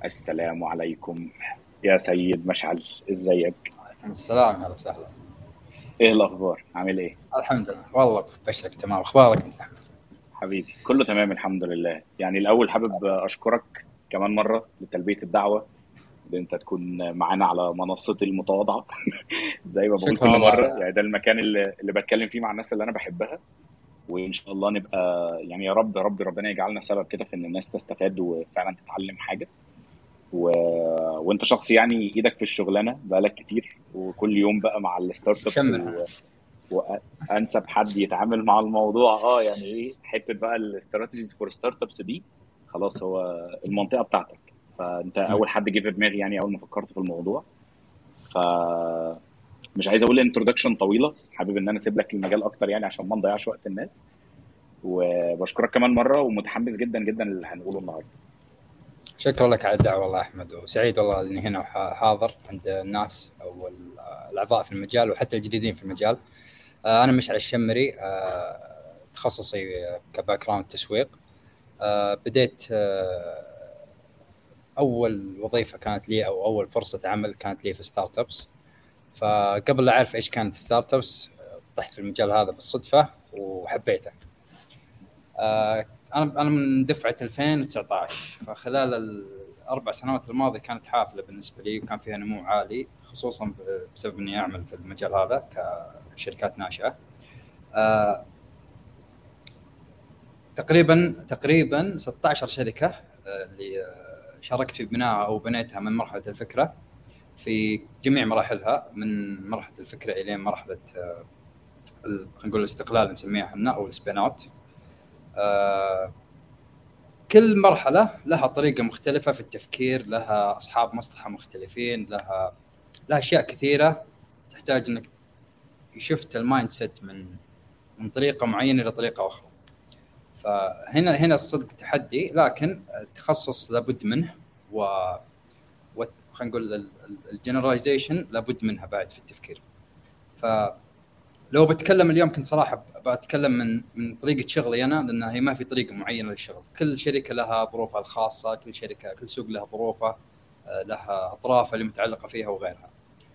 السلام عليكم يا سيد مشعل، ازيك؟ السلام، هلا وسهلا. ايه الاخبار؟ عامل ايه؟ الحمد لله والله بشرك تمام. اخبارك انت؟ حبيبي كله تمام الحمد لله. يعني الاول حابب اشكرك كمان مره لتلبيه الدعوه، ان انت تكون معانا على منصتي المتواضعه. زي ما بقول شكرا كل والله مره، على يعني ده المكان اللي بتكلم فيه مع الناس اللي انا بحبها. وان شاء الله نبقى، يعني يا رب يا رب ربنا يجعلنا سبب كده في ان الناس تستفاد وفعلا تتعلم حاجه. و... وانت شخص يعني ايدك في الشغلانه بقالك كتير، وكل يوم بقى مع الستارت ابس شمرها. وانسب حد يتعامل مع الموضوع. يعني ايه حته بقى الاستراتيجيز فور ستارت ابس دي؟ خلاص هو المنطقه بتاعتك. فانت اول حد جه في دماغي يعني اول ما فكرت في الموضوع. ف مش عايز اقول انترودكشن طويله، حابب ان انا اسيب لك المجال اكتر يعني عشان ما نضيعش وقت الناس. وبشكرك كمان مره، ومتحمس جدا جدا اللي هنقوله النهارده. شكرا لك على الدعوه والله احمد، وسعيد والله اني هنا وحاضر عند الناس او الاعضاء في المجال وحتى الجديدين في المجال. انا مشعل الشمري، تخصصي كباك جراوند تسويق. بديت اول وظيفه كانت لي او اول فرصه عمل كانت لي في ستارت ابس. فقبل لا اعرف ايش كانت ستارت ابس، طحت في المجال هذا بالصدفه وحبيته. آه، انا من دفعه 2019، فخلال الاربع سنوات الماضيه كانت حافله بالنسبه لي، وكان فيها نمو عالي، خصوصا بسبب اني اعمل في المجال هذا كشركات ناشئه. آه، تقريبا 16 شركه اللي شاركت في بنائها او بنيتها من مرحله الفكره في جميع مراحلها، من مرحله الفكره الى مرحله خلينا نقول الاستقلال نسميها احنا او السبين اوت. كل مرحلة لها طريقة مختلفة في التفكير، لها أصحاب مصلحة مختلفين، لها أشياء كثيرة تحتاج أنك شفت المايند سيت من طريقة معينة إلى طريقة أخرى. فهنا الصدق تحدي، لكن التخصص لابد منه. و خلينا نقول الجنراليزيشن لابد منها بعد في التفكير. لو بتكلم اليوم كنت صراحة بتكلم من طريقة شغلي أنا، لأن هي ما في طريقة معينة للشغل. كل شركة لها ظروفها الخاصة، كل سوق له ظروفه، لها أطرافها اللي متعلقة فيها وغيرها.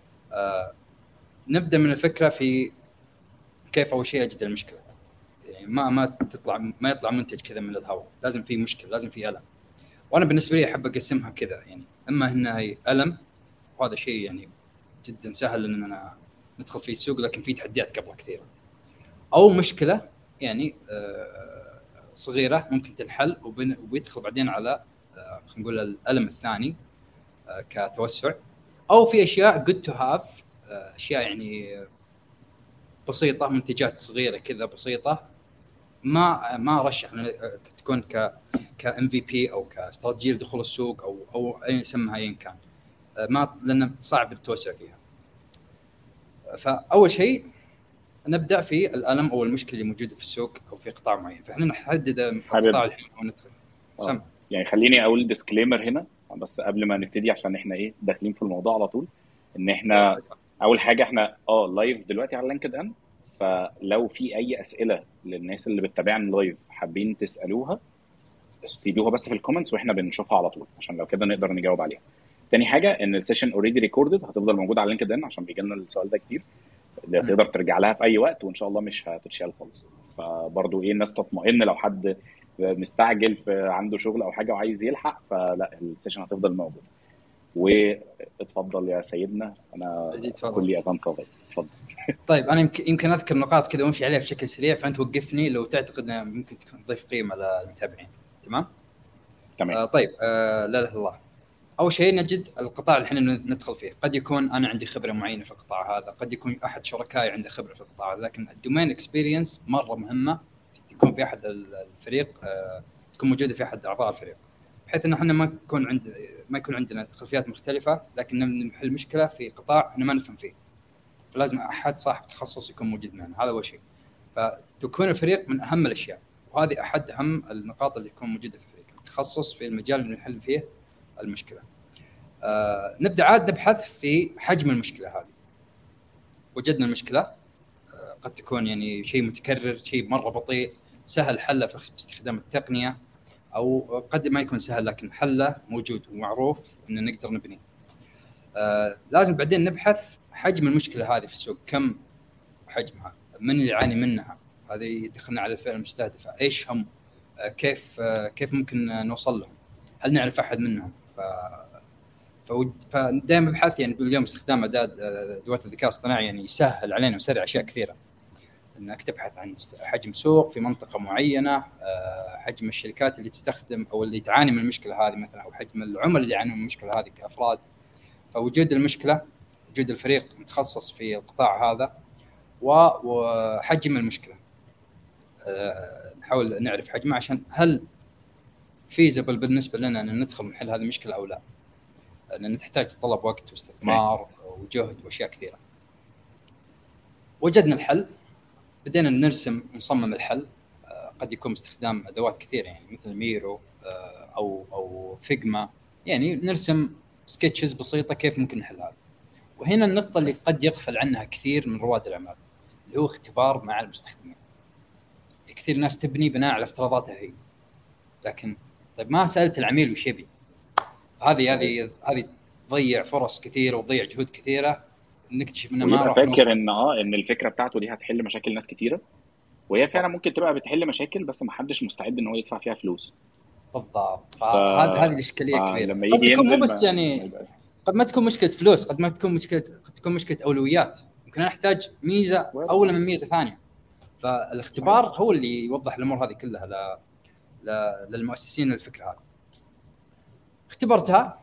نبدأ من الفكرة في كيف أول شيء أجد المشكلة. يعني ما يطلع منتج كذا من الهواء، لازم في مشكلة، لازم في ألم. وأنا بالنسبة لي أحب أقسمها كذا، يعني إما إنها هي ألم، وهذا شيء يعني جدا سهل إننا ندخل فيه السوق، لكن في تحديات قبله كثيرة. او مشكله يعني صغيره ممكن تنحل وبيدخل بعدين على خلينا نقول الالم الثاني كتوسع. او في اشياء good to have، اشياء يعني بسيطه، منتجات صغيره كذا بسيطه، ما رشح تكون كام في بي او كاستراتيجيه لدخول السوق او اي سمها ايا كان، ما لانه صعب التوسع فيها. فاول شيء نبدا في الالم او المشكله اللي موجوده في السوق او في قطاع معين، فاحنا نحدد حابب القطاع الحين وندخل. سم. يعني خليني اقول ديسكليمر هنا بس قبل ما نبتدي، عشان احنا ايه داخلين في الموضوع على طول. ان احنا اول حاجه احنا لايف دلوقتي على لينكد ان. فلو في اي اسئله للناس اللي بتتابعنا لايف حابين تسالوها، سيبوها بس في الكومنتس واحنا بنشوفها على طول، عشان لو كده نقدر نجاوب عليها. تاني حاجه ان السيشن اوريدي ريكوردد، هتفضل موجوده على لينكد ان عشان بيجي لنا السؤال ده كتير. اللي تقدر ترجع لها في اي وقت، وان شاء الله مش هتتشال خالص. فبرضو ايه الناس تطمئن لو حد مستعجل في عنده شغل او حاجه وعايز يلحق، فلا السيشن هتفضل موجوده. واتفضل يا سيدنا، انا زيد تفضل. كلي اذان صاغي. اتفضل. طيب انا يمكن اذكر نقاط كذا وامشي عليها بشكل سريع، فانت وقفني لو تعتقد انها ممكن تكون تضيف قيمه للمتابعين. تمام. تمام. طيب، لا اله الا الله. اول شيء نجد القطاع اللي احنا ندخل فيه. قد يكون انا عندي خبره معينه في القطاع هذا، قد يكون احد شركائي عنده خبره في القطاع هذا، لكن الدومين اكسبيرينس مره مهمه تكون في احد الفريق، تكون موجوده في احد اعضاء الفريق، بحيث ان احنا ما يكون عندنا خلفيات مختلفه، لكن نحل مشكله في قطاع احنا ما نفهم فيه. فلازم احد صاحب تخصص يكون موجود معنا، هذا اول شيء. فتكون الفريق من اهم الاشياء، وهذه احد اهم النقاط اللي تكون موجوده في الفريق، التخصص في المجال اللي نحل فيه المشكله. نبدا عاد نبحث في حجم المشكله هذه. وجدنا المشكله قد تكون يعني شيء متكرر، شيء مره بطيء، سهل حله باستخدام التقنيه، او قد ما يكون سهل لكن حله موجود ومعروف ان نقدر نبنيه. لازم بعدين نبحث حجم المشكله هذه في السوق، كم حجمها، من اللي يعاني منها، هذه دخلنا على الفئه المستهدفه، ايش هم، كيف ممكن نوصل لهم، هل نعرف احد منهم. فدائما ابحث، يعني اليوم استخدام ادوات الذكاء الاصطناعي يعني يسهل علينا ويسرع اشياء كثيره، انك تبحث عن حجم سوق في منطقه معينه، حجم الشركات اللي تستخدم او اللي تعاني من المشكله هذه مثلا، او حجم العملاء اللي يعانون من المشكله هذه كافراد. فوجود المشكله، وجود الفريق متخصص في القطاع هذا، وحجم المشكله، نحاول نعرف حجمها عشان هل فيزبل بالنسبه لنا ان ندخل نحل هذه المشكله او لا، لان تحتاج تطلب وقت واستثمار وجهد واشياء كثيره. وجدنا الحل، بدينا نرسم ونصمم الحل. قد يكون باستخدام ادوات كثيره يعني مثل ميرو او فيجما، يعني نرسم سكتشز بسيطه كيف ممكن نحل هذا. وهنا النقطه اللي قد يغفل عنها كثير من رواد الاعمال، اللي هو اختبار مع المستخدمين. كثير ناس تبني بناء على افتراضاتها هي، لكن طيب ما سالت العميل وش يبي. هذه تضيع فرص كثيره وتضيع جهود كثيره، نكتشف انه ما راح فاكر ان الفكره بتاعته دي هتحل مشاكل ناس كتيره، وهي فعلا ممكن تبقى بتحل مشاكل بس ما حدش مستعد ان هو يدفع فيها فلوس. بالضبط. هذه الاشكاليه كبيره. لما قد يجي تكون مو ينزل بس يعني قد ما تكون مشكله فلوس، قد تكون مشكله اولويات. ممكن انا احتاج ميزه اولى من ميزه ثانيه. فالاختبار هو اللي يوضح الامور هذه كلها للمؤسسين الفكره هذه. اختبرتها،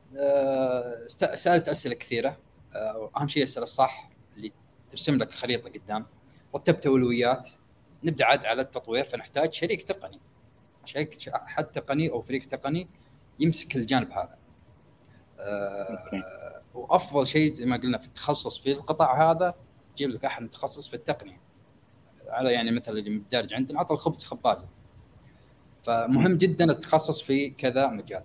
سالت اسئله كثيره، اهم شيء الاسئله الصح اللي ترسم لك خريطه قدام. رتبت اولويات، نبدا عاد على التطوير. فنحتاج شريك تقني، حد تقني او فريق تقني يمسك الجانب هذا. وافضل شيء زي ما قلنا في التخصص في القطاع هذا، تجيب لك احد متخصص في التقنيه، على يعني مثلا اللي مدرج عندنا عطى الخبز خبازه. فمهم جدا التخصص في كذا مجال.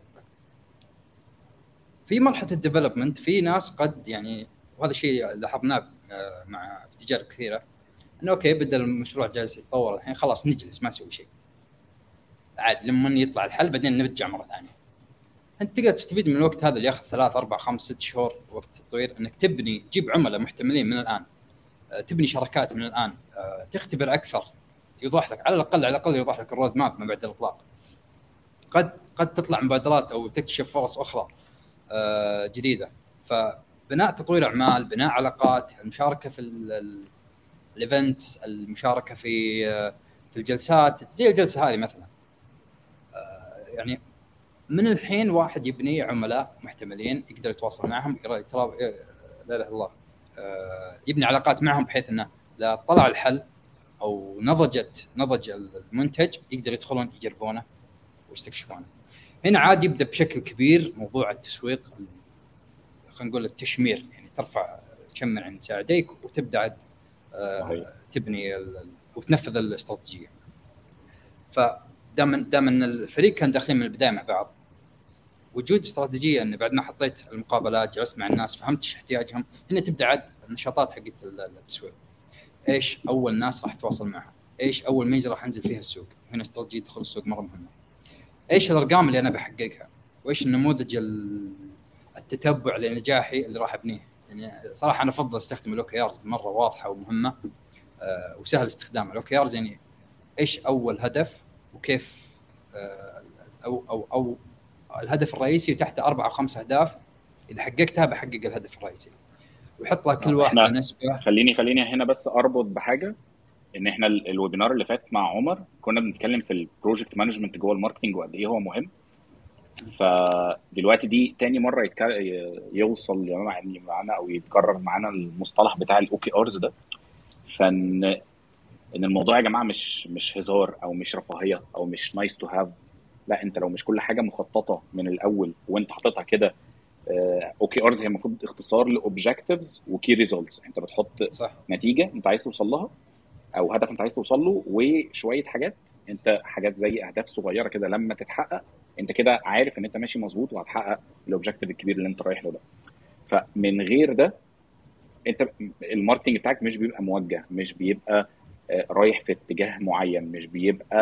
في مرحله الديفلوبمنت في ناس قد يعني، وهذا الشيء لاحظناه مع تجارب كثيره، انه اوكي بدا المشروع جالس يتطور الحين، خلاص نجلس ما نسوي شيء عاد لما يطلع الحل بعدين نرجع مره ثانيه. انت تقدر تستفيد من الوقت هذا اللي ياخذ 3 4 5 6 شهور وقت التطوير، انك تبني، تجيب عملاء محتملين من الان، تبني شراكات من الان، تختبر اكثر، يوضح لك على الاقل يوضح لك الرود ماب ما بعد الاطلاق. قد تطلع مبادرات او تكتشف فرص اخرى جديده. فبناء تطوير اعمال، بناء علاقات، المشاركه في الايفنتس، المشاركه في الجلسات زي الجلسه هذه مثلا. يعني من الحين واحد يبني عملاء محتملين يقدر يتواصل معهم، لا اله الا الله، يبني علاقات معهم بحيث انه لا طلع الحل او نضج المنتج يقدر يدخلون يجربونه ويستكشفونه. هنا عاد يبدا بشكل كبير موضوع التسويق، خلينا نقول التشمير، يعني ترفع تشمر عند ساعديك وتبدا عاد تبني وتنفذ الاستراتيجيه. فدام ان الفريق كان داخلين من البدايه مع بعض، وجود استراتيجيه ان بعد ما حطيت المقابلات جلست مع الناس فهمت ايش احتياجهم، هنا تبدا عاد النشاطات حقت التسويق. ايش اول ناس راح تواصل معها، ايش اول ميزه راح انزل فيها السوق، هنا استراتيجيه دخول السوق مره مهمه. ايش الارقام اللي انا بحققها، وايش النموذج التتبع لنجاحي اللي راح ابنيه. يعني صراحه انا افضل استخدم الاوكيارز مره واضحه ومهمه وسهل استخدامها. الاوكيارز يعني ايش اول هدف وكيف او الهدف الرئيسي وتحته 4 أو 5 اهداف، اذا حققتها بحقق الهدف الرئيسي، ويحط لها كل واحده نسبه. خليني هنا بس اربط بحاجه، ان احنا الويبينار اللي فات مع عمر كنا بنتكلم في البروجكت مانجمنت جوه الماركتنج وقد ايه هو مهم. فدلوقتي دي تاني مره يوصل يعني معانا او يتكرر معانا المصطلح بتاع الاو كي ارز ده. فان الموضوع يا جماعه مش هزار او مش رفاهيه او مش نايس تو هاف. لا، انت لو مش كل حاجه مخططه من الاول وانت حاططها كده. اوكي ارز هي المفروض اختصار لاوبجكتيفز وكي ريزلتس. انت بتحط صح. نتيجه انت عايز توصل لها او هدف انت عايز توصل له، وشويه حاجات زي اهداف صغيره كده لما تتحقق انت كده عارف ان انت ماشي مظبوط وهتحقق الاوبجكتيف الكبير اللي انت رايح له ده. فمن غير ده انت الماركتنج بتاعك مش بيبقى موجه، مش بيبقى رايح في اتجاه معين، مش بيبقى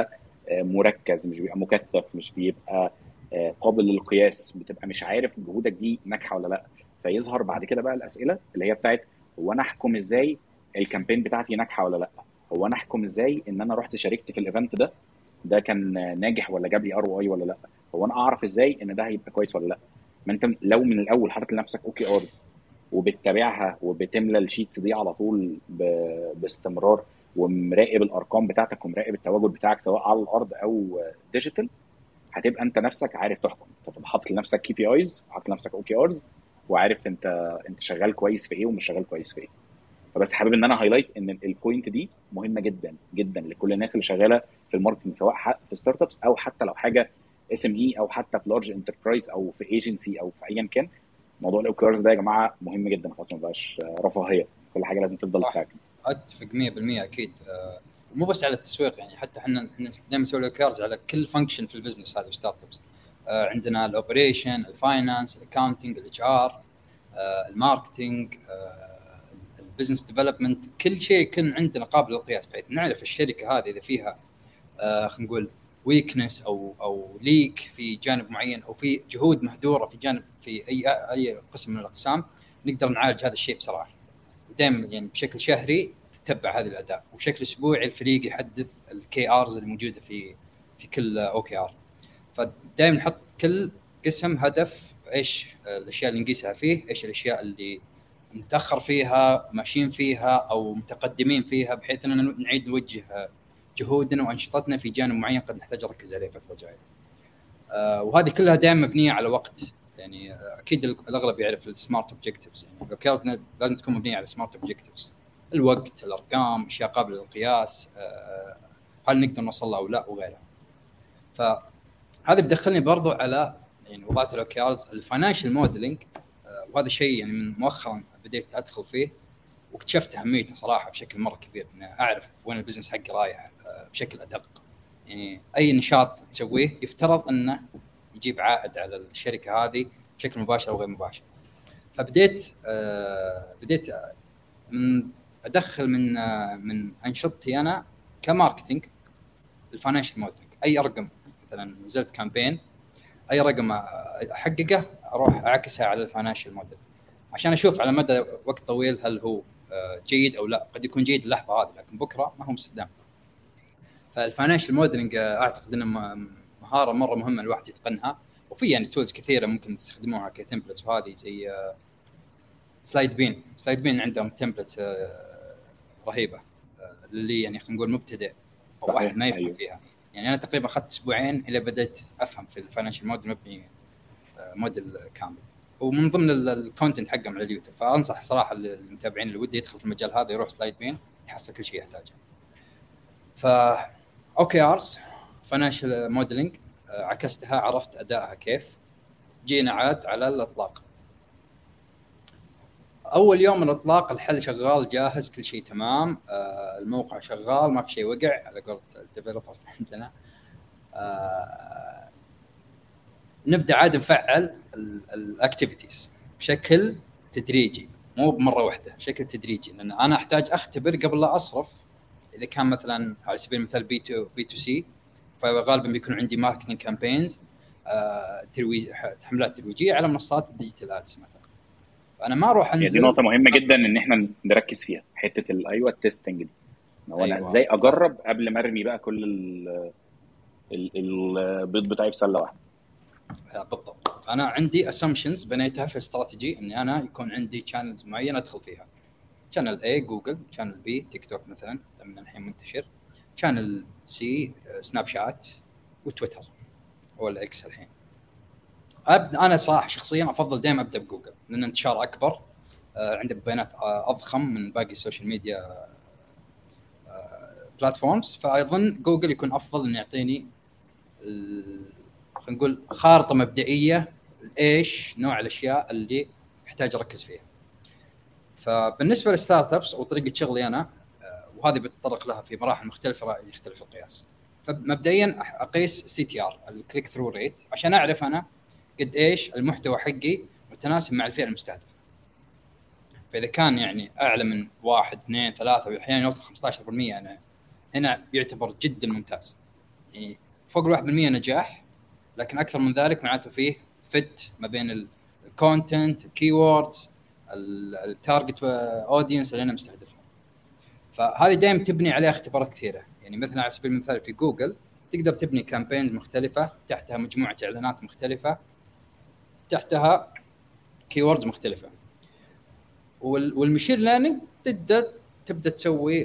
مركز، مش بيبقى مكثف، مش بيبقى قابل للقياس، بتبقى مش عارف جهودك دي ناجحه ولا لا. فيظهر بعد كده بقى الاسئله اللي هي بتاعت هو انا احكم ازاي الكامبين بتاعتي ناجحه ولا لا؟ هو انا احكم ازاي ان انا رحت شاركت في الايفنت ده كان ناجح ولا جاب لي ار اي ولا لا؟ هو انا اعرف ازاي ان ده هيبقى كويس ولا لا؟ ما انت لو من الاول حاطط لنفسك اوكي ارز وبتتابعها وبتملى الشيتس دي على طول باستمرار، ومراقب الارقام بتاعتك ومراقب التواجد بتاعك سواء على الارض او ديجيتال، هتبقى انت نفسك عارف تحكم. تبقى حاطط لنفسك كي بي ايز، حاطط لنفسك اوكي ارز، وعارف انت شغال كويس في ايه ومش شغال كويس في ايه. فبس حابب ان انا هايلايت ان البوينت دي مهمه جدا جدا لكل الناس اللي شغاله في الماركتنج، سواء في ستارت ابس او حتى لو حاجه اس ام اي، او حتى في لارج انتربرايز او في ايجنسي او في ايا كان. موضوع الاوكيولارز ده يا جماعه مهم جدا، خلاص ما بقاش رفاهيه، كل حاجه لازم تفضل صح، تراك. اتفق 100% اكيد. مو بس على التسويق، يعني حتى احنا دائما نسوي اوكيارز على كل فانكشن في البزنس هذا ستارت ابس. عندنا الاوبريشن، الفاينانس، الاكاونتنج، الاتش ار، الماركتنج، البزنس ديفلوبمنت، كل شيء يكون عندنا قابل للقياس، بحيث نعرف الشركه هذه اذا فيها خلينا نقول ويكنس او ليك في جانب معين، او في جهود مهدوره في جانب في اي قسم من الاقسام، نقدر نعالج هذا الشيء بسرعه. ودائما يعني بشكل شهري تتبع هذه الاداء، وبشكل اسبوعي الفريق يحدث الكي ارز اللي موجوده في كل او كي ار. فدائما نحط كل قسم هدف، ايش الاشياء اللي نقيسها فيه، ايش الاشياء اللي نتاخر فيها، ماشيين فيها او متقدمين فيها، بحيث اننا نعيد نوجه جهودنا وانشطتنا في جانب معين قد نحتاج نركز عليه فتره جايه. وهذه كلها دائما مبنيه على وقت. يعني اكيد الاغلب يعرف السمارت اوبجكتيفز، يعني الاوكيرز لازم تكون مبنيه على سمارت اوبجكتيفز: الوقت، الارقام، اشياء قابله للقياس، هل نقدر نوصل لها او لا، وغيرها. فهذا بدخلني برضو على يعني وضعت الاوكيرز الفاينانشال موديلنج. وهذا شيء يعني من مؤخرا بديت ادخل فيه، واكتشفت اهميته صراحه بشكل مره كبير، ان اعرف وين البزنس حقي رايح بشكل ادق. يعني اي نشاط تسويه يفترض انه يجيب عائد على الشركه هذه بشكل مباشر او غير مباشر. فبديت بديت ادخل من انشطتي انا كماركتينج الفاينانشال موديلنج. اي رقم مثلا نزلت كامبين، اي رقم احققه اروح اعكسها على الفاينانشال موديل عشان اشوف على مدى وقت طويل هل هو جيد او لا. قد يكون جيد اللحظه هذه لكن بكره ما هو مستدام. فالفاينانشال موديلنج اعتقد انه مهاره مره مهمه الواحد يتقنها، وفي يعني تولز كثيره ممكن تستخدموها كتمبلتس، وهذه زي سلايد بين عندهم تمبلتس رهيبه اللي يعني خلينا نقول مبتدئ او واحد ما يفهم فيها. يعني انا تقريبا اخذت اسبوعين الى بدأت افهم في الفاينانشال موديل، مبني موديل كامل، ومن ضمن الكونتنت حقهم على اليوتيوب. فانصح صراحه المتابعين اللي ودي يدخل في المجال هذا يروح سلايد بين، يحصل كل شيء يحتاجه. ف اوكي ارز فاينانشال موديلنج عكستها، عرفت ادائها كيف. جينا عاد على الاطلاق. اول يوم من الاطلاق الحل شغال جاهز، كل شيء تمام، الموقع شغال، ما في شيء وقع على قولة الديفلوبرز عندنا. نبدا عاد نفعل الاكتيفيتيز بشكل تدريجي، مو بمره واحده، بشكل تدريجي، لان انا احتاج اختبر قبل لا اصرف. اذا كان مثلا على سبيل المثال بي تو سي، فغالبا بيكون عندي ماركتنج كامبينز، ترويج، حملات ترويجيه على منصات الديجيتال ادز مثلا. فانا ما اروح انزل. دي نقطه مهمه جدا ان احنا نركز فيها، حته الايوه التستنج دي، ان هو انا أيوة. ازاي اجرب قبل ما ارمي بقى كل البيض بتاعي في سله واحده. بالضبط. انا عندي اسامبشنز بنيتها في استراتيجي اني انا يكون عندي شانلز معينه ادخل فيها. شانل A جوجل، شانل B تيك توك مثلا لما الحين منتشر، شانل C سناب شات وتويتر ولا اكس الحين. انا صراحه شخصيا افضل دائما ابدا بجوجل، لان انتشار اكبر، عنده بيانات اضخم من باقي السوشيال ميديا بلاتفورمز. فايضا جوجل يكون افضل انه يعطيني خلينا نقول خارطه مبدئيه ايش نوع الاشياء اللي احتاج اركز فيها. فبالنسبه للستارت ابس وطريقه شغلي انا، وهذه بتطرق لها في مراحل مختلفه يختلف القياس. فمبدئيا اقيس سي تي ار، الكليك ثرو ريت، عشان اعرف انا قد ايش المحتوى حقي متناسب مع الفئه المستهدفه. فاذا كان يعني اعلى من 1 2 3 واحيانا يوصل 15%، انا هنا يعتبر جدا ممتاز. يعني فوق ال 1% نجاح، لكن اكثر من ذلك معناته فيه فت ما بين الكونتنت، الكيوردز، التارجت اودينس اللي انا مستهدفهم. فهذه دائما تبني عليها اختبارات كثيره. يعني مثلا على سبيل المثال في جوجل تقدر تبني كامبينز مختلفه، تحتها مجموعه اعلانات مختلفه، تحتها كيوردز مختلفه. والمشين ليرنينج تبدا تسوي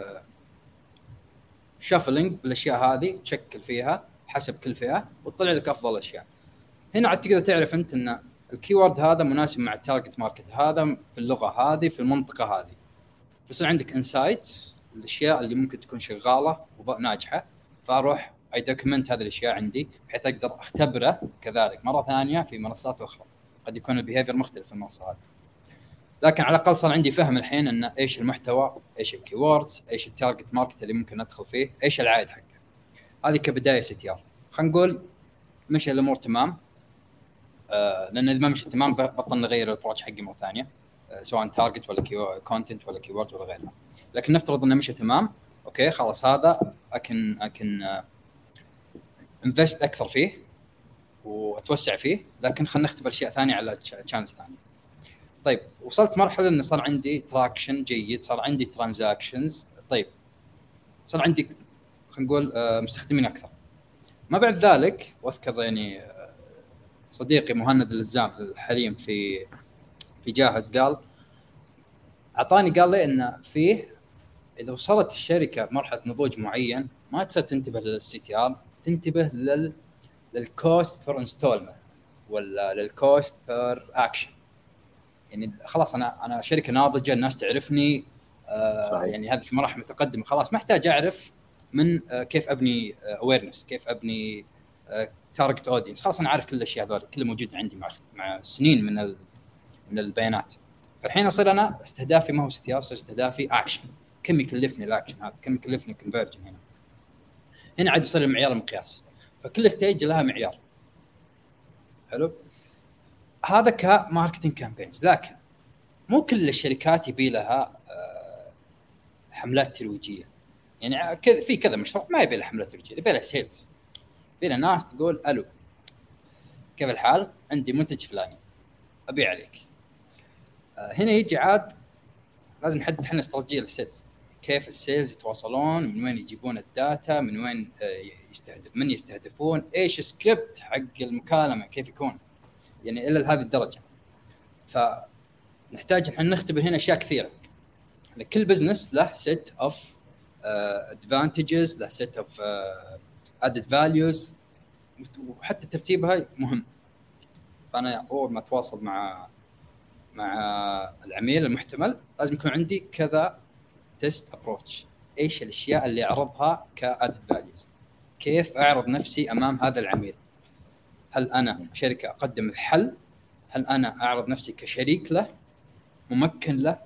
شافلينج بالاشياء هذه، تشكل فيها حسب كل فئه وتطلع لك افضل اشياء. هنا عاد تقدر تعرف انت ان الكيورد هذا مناسب مع التارجت ماركت هذا في اللغه هذه في المنطقه هذه. فيصير عندك انسايتس، الاشياء اللي ممكن تكون شغاله وناجحه، فاروح اي دوكيمنت هذه الاشياء عندي بحيث اقدر اختبره كذلك مره ثانيه في منصات اخرى. قد يكون البيهيفير مختلف في المنصه هذه، لكن على الاقل صار عندي فهم الحين ان ايش المحتوى، ايش الكيوردز، ايش التارجت ماركت اللي ممكن ادخل فيه، ايش العائد حقه. هذه كبدايه CTR. خلينا نقول مشي الامور تمام، لان اذا ما مشي تمام بطل نغير الابروتش حقي مره ثانيه، سواء تارجت ولا كونتنت ولا كيوردز ولا غيرها. لكن نفترض انه مشي تمام، اوكي خلاص هذا اكن انفست اكثر فيه واتوسع فيه، لكن خلينا نختبر اشياء ثانيه على تشانس ثانيه. طيب وصلت مرحله ان صار عندي تراكشن جيد، صار عندي ترانزاكشنز، طيب صار عندي خلينا نقول مستخدمين اكثر. ما بعد ذلك واذكر يعني صديقي مهند الزام الحليم في جاهز قال لي ان فيه اذا وصلت الشركه مرحله نضوج معين ما تصير تنتبه للCTR، تنتبه للكوست بير انستولمنت ولا للكوست بير اكشن. يعني خلاص انا شركه ناضجه، الناس تعرفني، يعني هذه في مراحل متقدمه، خلاص ما احتاج اعرف من كيف ابني اويرنس، كيف ابني تارجت اودينس. خلاص انا عارف كل الاشياء هذول، كله موجود عندي مع سنين من البيانات. فالحين اصير انا استهدافي ما هو CTR، صار استهدافي اكشن. كم يكلفني الاكشن هذا، كم يكلفني كونفرجن. هنا عاد يصير المعيار المقياس. فكل ستيج لها معيار. حلو، هذا كماركتينج كامبينز. لكن مو كل الشركات يبي لها حملات ترويجيه. يعني كذا في كذا مشروع ما يبي له حملات ترويجيه، يبي له سيلز، يبي له ناس تقول الو كيف الحال، عندي منتج فلاني ابيع عليك. هنا يجي عاد لازم نحدد احنا استراتيجيه للسيلز. كيف السيلز يتواصلون، من وين يجيبون الداتا، من وين من يستهدفون، ايش السكريبت حق المكالمه كيف يكون، يعني الى هذه الدرجه. فنحتاج احنا نختبر هنا اشياء كثيره. كل بزنس له set of advantages، له set of added values، وحتى ترتيبها مهم. فانا اول ما اتواصل مع العميل المحتمل لازم يكون عندي كذا تيست ابروتش. ايش الاشياء اللي اعرضها كادد فاليوز، كيف اعرض نفسي امام هذا العميل، هل انا شركه اقدم الحل، هل انا اعرض نفسي كشريك له ممكن له،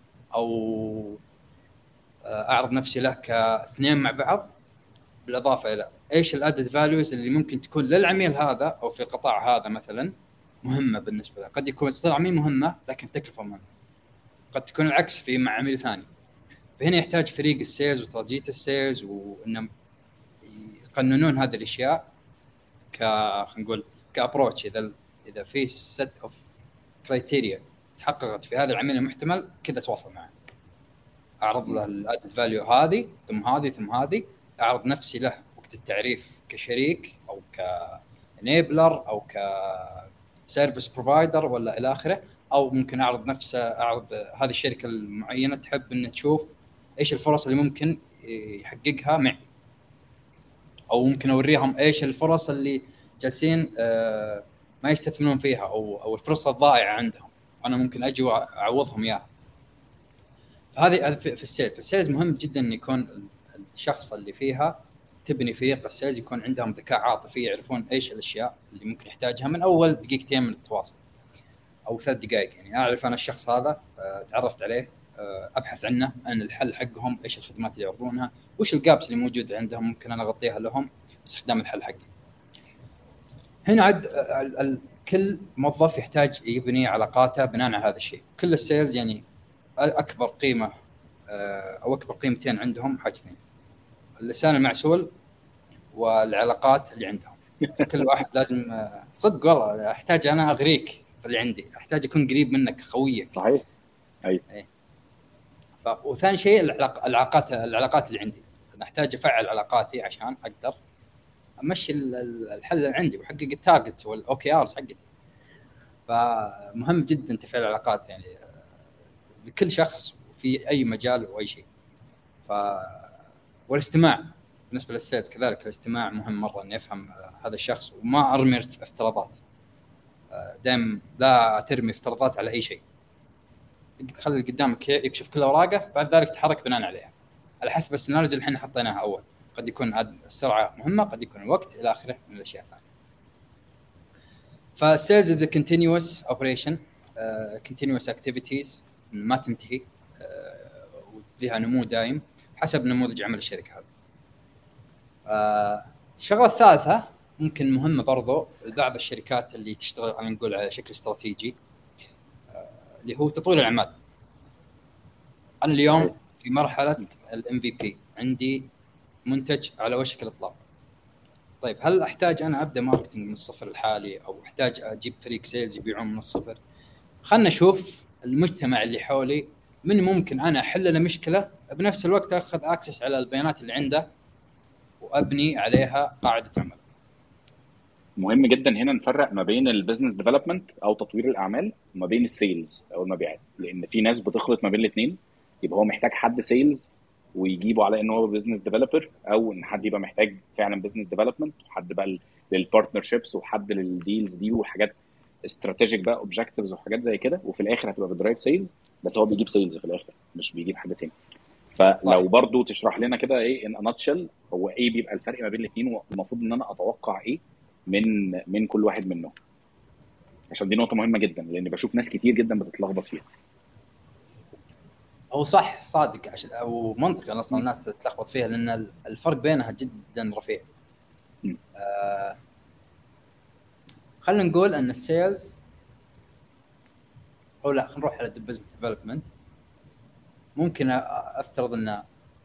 او اعرض نفسي له كاثنين مع بعض، بالاضافه الى ايش الادد فاليوز اللي ممكن تكون للعميل هذا او في القطاع هذا مثلا مهمه بالنسبه له. قد يكون تصير عميل مهمه لكن تكلفه مهمه، قد تكون العكس في مع عميل ثاني. فهنا يحتاج فريق السيلز واستراتيجيه السيلز وانهم يقننون هذه الاشياء خلينا نقول كابروتش. اذا في سيت اوف كرايتيريا تحققت في هذا العميل المحتمل كذا تواصل معه، اعرض له الادد فاليو هذه ثم هذه ثم هذه، اعرض نفسي له وقت التعريف كشريك او كانيبلر او كسيرفيس بروفايدر ولا الى اخره، او ممكن اعرض هذه الشركه المعينه تحب ان تشوف ايش الفرص اللي ممكن يحققها معي، او ممكن اوريهم ايش الفرص اللي جالسين ما يستثمرون فيها او الفرصه الضائعه عندهم، انا ممكن اجي واعوضهم اياها. فهذه في السيلز مهم جدا ان يكون الشخص اللي فيها تبني فيه السيلز يكون عندهم ذكاء عاطفي، يعرفون ايش الاشياء اللي ممكن يحتاجها من اول دقيقتين من التواصل او 3 دقائق. يعني اعرف انا الشخص هذا، تعرفت عليه، ابحث عنه، عن الحل حقهم، ايش الخدمات اللي يعرضونها، وش الجابس اللي موجوده عندهم ممكن انا اغطيها لهم باستخدام الحل حقي. هنا عاد كل موظف يحتاج يبني علاقاته بناء على هذا الشيء. كل السيلز يعني اكبر قيمه او اكبر قيمتين عندهم حاجتين: اللسان المعسول والعلاقات اللي عندهم. فكل واحد لازم صدق والله احتاج انا اغريك في اللي عندي، احتاج اكون قريب منك خويك. صحيح. ايوه. وثاني شيء العلاقات اللي عندي، انا احتاج افعل علاقاتي عشان اقدر امشي الحل اللي عندي واحقق التارجتس والاوكي ارز حقتي. فمهم جدا تفعيل العلاقات يعني لكل شخص في اي مجال واي شيء. والاستماع بالنسبه للسيلز كذلك، الاستماع مهم مره، اني افهم هذا الشخص وما ارمي افتراضات. دائما لا ترمي افتراضات على اي شيء، تخلي اللي قدامك يكشف كل اوراقه، بعد ذلك تحرك بناء عليها على حسب السيناريو اللي احنا حطيناها اول. قد يكون السرعه مهمه، قد يكون الوقت الى اخره من الاشياء الثانيه. فالسيلز از كونتينيوس اوبريشن، كونتينيوس اكتيفيتيز ما تنتهي، ولها نمو دائم حسب نموذج عمل الشركه هذه. الشغله الثالثه ممكن مهمه برضو لبعض الشركات اللي تشتغل على نقول على شكل استراتيجي، اللي هو تطوير الاعمال. انا اليوم في مرحله الام في بي، عندي منتج على وشك الاطلاق. طيب هل احتاج انا ابدا ماركتينج من الصفر الحالي، او احتاج اجيب فريق سيلز يبيعون من الصفر؟ خلنا نشوف المجتمع اللي حولي من ممكن انا احل له مشكله، بنفس الوقت اخذ اكسس على البيانات اللي عنده وابني عليها قاعده عمل. مهم جدا هنا نفرق ما بين البيزنس ديفلوبمنت او تطوير الاعمال وما بين السيلز او المبيعات، لان في ناس بتخلط ما بين الاثنين. يبقى هو محتاج حد سيلز ويجيبه على ان هو بزنس ديفلوبر، او ان حد يبقى محتاج فعلا بزنس ديفلوبمنت، وحد بقى للبارتنرشيبس، وحد للديلز دي وحاجات استراتيجيك بقى اوبجكتيفز وحاجات زي كده، وفي الاخر هتبقى بدرايف سيلز. بس هو بيجيب سيلز في الاخر، مش بيجيب حاجه تاني. فلو برضو تشرح لنا كده ايه ان ناتشل هو ايه بيبقى الفرق ما بين الاثنين، والمفروض ان انا اتوقع ايه من كل واحد منهم، عشان دي نقطه مهمه جدا لان بشوف ناس كتير جدا بتتلخبط فيها. هو صح صادق او منطقي انا اصلا الناس تتلخبط فيها، لان الفرق بينها جدا رفيع. خلينا نقول ان السيلز، او لا خلينا نروح على البزنس ديفلوبمنت. ممكن افترض ان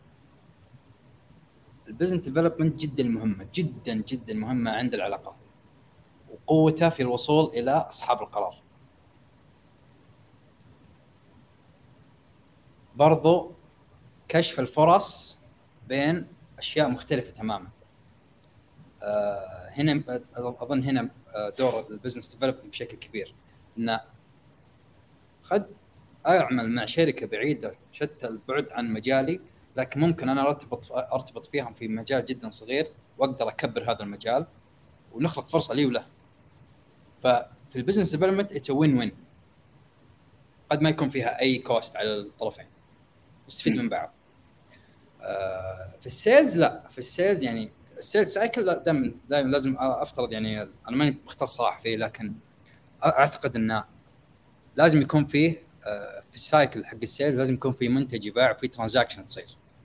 البزنس ديفلوبمنت جدا مهمه جدا جدا مهمه عند العلاقات، وقوتها في الوصول الى اصحاب القرار. برضو كشف الفرص بين اشياء مختلفه تماما. هنا اظن هنا دور البزنس ديفلوبمنت بشكل كبير، ان قد اعمل مع شركه بعيده شتى البعد عن مجالي، لكن ممكن انا ارتبط فيهم في مجال جدا صغير واقدر اكبر هذا المجال ونخلق فرصه لي وله. ففي البزنس ديفلوبمنت اتس وين وين، قد ما يكون فيها اي كوست على الطرفين، نستفيد من بعض. في السيلز لا، في السيلز يعني السيلز سايكل دائما لازم افترض، يعني انا ماني مختص صراحه فيه، لكن اعتقد انه لازم يكون فيه في السايكل حق السيلز لازم يكون في منتج يباع وفي ترانزاكشن تصير.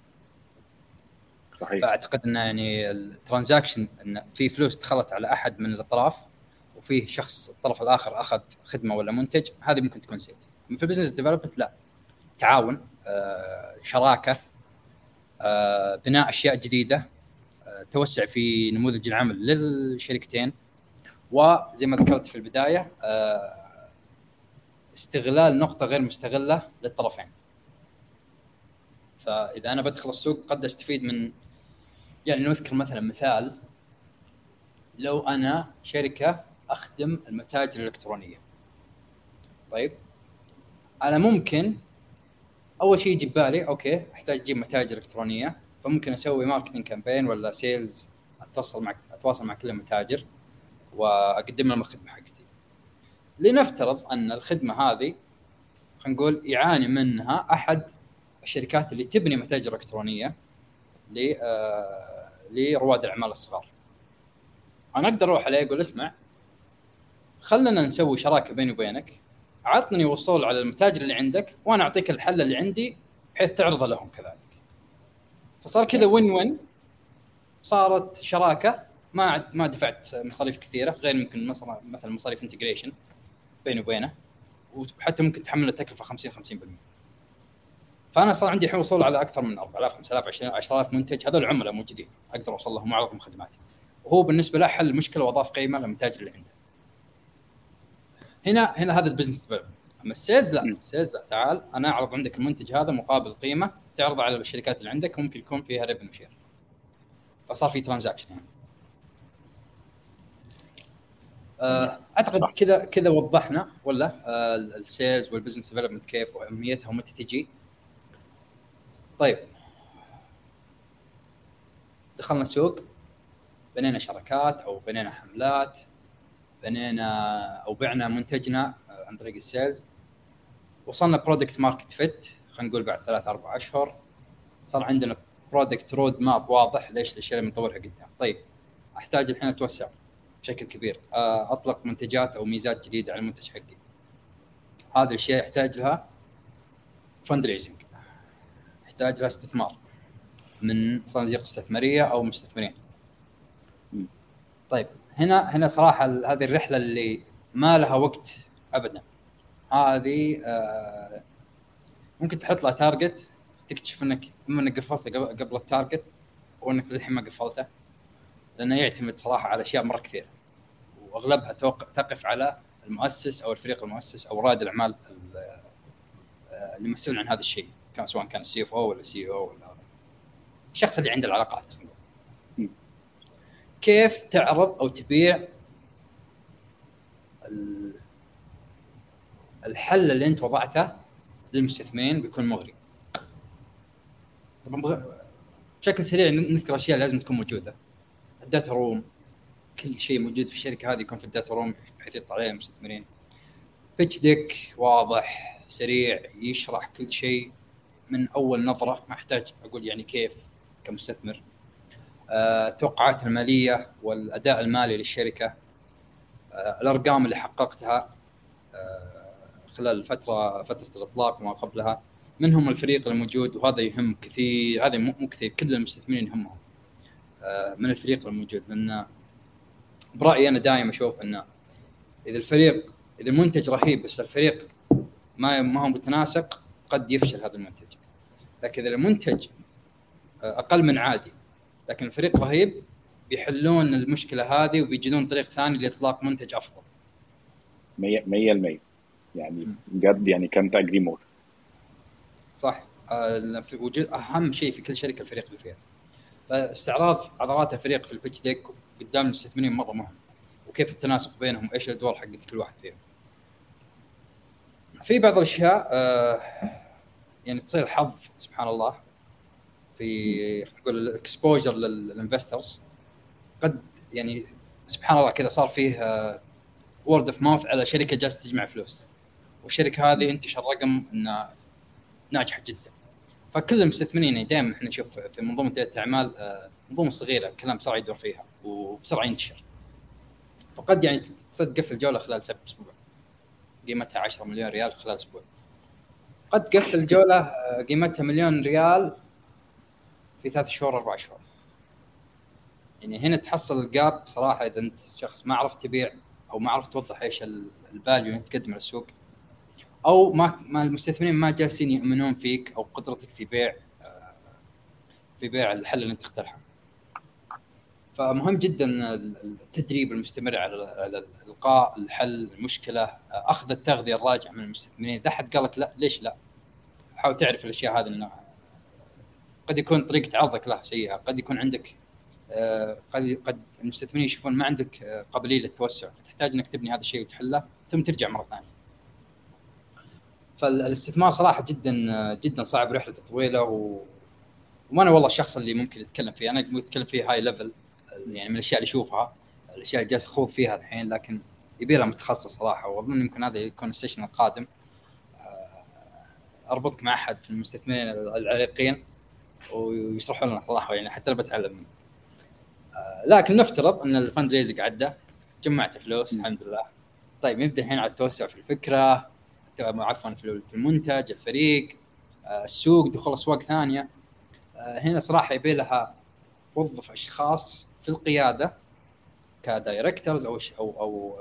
صحيح. فاعتقد انه يعني الترانزاكشن ان في فلوس دخلت على احد من الاطراف، وفيه شخص الطرف الاخر اخذ خدمه ولا منتج، هذه ممكن تكون سيلز. في البزنس ديفلوبمنت لا، تعاون، شراكه، بناء اشياء جديده، توسع في نموذج العمل للشركتين، وزي ما ذكرت في البدايه استغلال نقطه غير مستغله للطرفين. فاذا انا بدخل السوق قد استفيد من، يعني نذكر مثلا مثال، لو انا شركه اخدم المتاجر الالكترونيه، طيب انا ممكن اول شيء يجي ببالي اوكي احتاج اجيب متاجر الكترونيه، فممكن اسوي ماركتنج كامبين ولا سيلز، اتواصل مع كل المتاجر واقدم لهم الخدمه حقتي. لنفترض ان الخدمه هذه خلينا نقول يعاني منها احد الشركات اللي تبني متاجر الكترونيه لرواد الاعمال الصغار. انا اقدر اروح عليه اقول اسمع، خلنا نسوي شراكه بيني وبينك، عطني وصول على المتاجر اللي عندك وانا اعطيك الحل اللي عندي بحيث تعرض لهم كذلك. فصار كذا وين وين، صارت شراكه، ما دفعت مصاريف كثيره، غير ممكن مثلا مصاريف انتجريشن بيني وبينه، وحتى ممكن تحمل التكلفه 50%. فانا صار عندي الحين وصول على اكثر من 4000 5000 10000 منتج، هذول العملاء موجودين اقدر اوصل لهم واعرضهم خدماتي، وهو بالنسبه له حل مشكله واضاف قيمه للمتاجر اللي عنده. هنا هذا البزنس ديفلوبمنت. اما السيلز لا، السيلز لا، تعال انا اعرض عندك المنتج هذا مقابل قيمه تعرض على الشركات اللي عندك، ممكن يكون فيها ريفينيو شير، فصار في ترانزاكشن يعني. اعتقد كذا وضحنا ولا السيلز والبزنس ديفلوبمنت كيف واهميتها ومتى تجي. طيب دخلنا السوق، بنينا شركات او بنينا حملات، بنينا او بعنا منتجنا عن طريق السيلز، وصلنا برودكت ماركت فيت خلينا نقول بعد 3-4 اشهر، صار عندنا برودكت رود ماب واضح ليش الاشياء اللي بنطورها قدام. طيب احتاج الحين اتوسع بشكل كبير، اطلق منتجات او ميزات جديده على المنتج حقي. هذا الشيء يحتاج لها فند ريزنج، يحتاج لها استثمار من صناديق استثماريه او مستثمرين. طيب هنا صراحه هذه الرحله اللي ما لها وقت ابدا. هذه ممكن تحط لها تارجت، تكتشف انك اما انك قفلت قبل التارجت وانك للحين ما قفلته، لانه يعتمد صراحه على اشياء مره كثير، واغلبها تقف على المؤسس او الفريق المؤسس او رائد الاعمال اللي مسؤول عن هذا الشيء، كان سواء كان السي اف او ولا سي او ولا الشخص اللي عنده العلاقات. كيف تعرض او تبيع الحل اللي انت وضعته للمستثمرين بيكون مغري. طبعا بشكل سريع نذكر اشياء لازم تكون موجوده. الداتا روم، كل شيء موجود في الشركه هذه يكون في الداتا روم بحيث يطلع عليه المستثمرين. بيتش ديك واضح سريع يشرح كل شيء من اول نظره، ما احتاج اقول يعني كيف كمستثمر. توقعات الماليه والاداء المالي للشركه، الارقام اللي حققتها خلال فتره الاطلاق وما قبلها، منهم الفريق الموجود، وهذا يهم كثير. هذا مو كثير، كل المستثمرين يهمهم من الفريق الموجود. لان برايي انا دائما اشوف ان اذا المنتج رهيب بس الفريق ما هو متناسق قد يفشل هذا المنتج. لكن اذا المنتج اقل من عادي لكن الفريق رهيب، بيحلون المشكله هذه وبيجدون طريق ثاني لاطلاق منتج افضل. 100% يعني بجد يعني كانت اجري مور صح. في وجود اهم شيء في كل شركه الفريق اللي فيها، فاستعراض عضلات الفريق في البيتش ديك قدام المستثمرين مره مهم، وكيف التناسق بينهم، ايش الادوار حقت كل واحد فيهم. في بعض الاشياء يعني تصير حظ سبحان الله في نقول الاكسبوجر للانفسترز، قد يعني سبحان الله كذا صار فيه وورد اوف ماوث على شركه جالسه تجمع فلوس، والشركه هذه انتشر رقم انها ناجحه جدا. فكل المستثمرين دائما احنا نشوف في منظومه الاعمال منظومه صغيره الكلام بسرعه يدور فيها وبسرعه ينتشر، فقد يعني تصدق قفل جوله خلال 7 أسبوع قيمتها 10 مليون ريال خلال اسبوع، قد قفل جوله قيمتها مليون ريال في 3 شهور 4 شهور. يعني هنا تحصل الجاب صراحه. اذا انت شخص ما عرفت تبيع او ما عرفت توضح ايش الفاليو اللي تقدمه للسوق، او ما المستثمرين ما جالسين يؤمنون فيك او قدرتك في بيع الحل اللي انت تخترعه. فمهم جدا التدريب المستمر على القاء الحل المشكله، اخذ التغذيه الراجعه من المستثمرين. اذا حد قالك لا ليش لا، حاول تعرف الاشياء هذه، انه قد يكون طريقه عرضك له سيئه، قد يكون عندك قد المستثمرين يشوفون ما عندك قابليه للتوسع، فتحتاج انك تبني هذا الشيء وتحله ثم ترجع مره ثانيه. فالاستثمار صراحه جدا جدا صعب، رحله طويله وما انا والله الشخص اللي ممكن يتكلم فيه. انا متكلم فيه هاي ليفل، يعني من الاشياء اللي اشوفها، الاشياء اللي جالس اخوض فيها الحين، لكن يبي لها متخصص صراحه. واظن يمكن هذا يكون السيشن القادم، اربطك مع احد في المستثمرين العريقين ويشرحوا لنا صراحه، يعني حتى انا بتعلم منه. لكن نفترض ان الفند ريزنج عدى، جمعت فلوس الحمد لله. طيب نبدا الحين على التوسع في الفكره، عفوا في المنتج، الفريق، السوق، دخول اسواق ثانيه. هنا صراحه يبي لها توظف اشخاص في القياده كدايركتورز او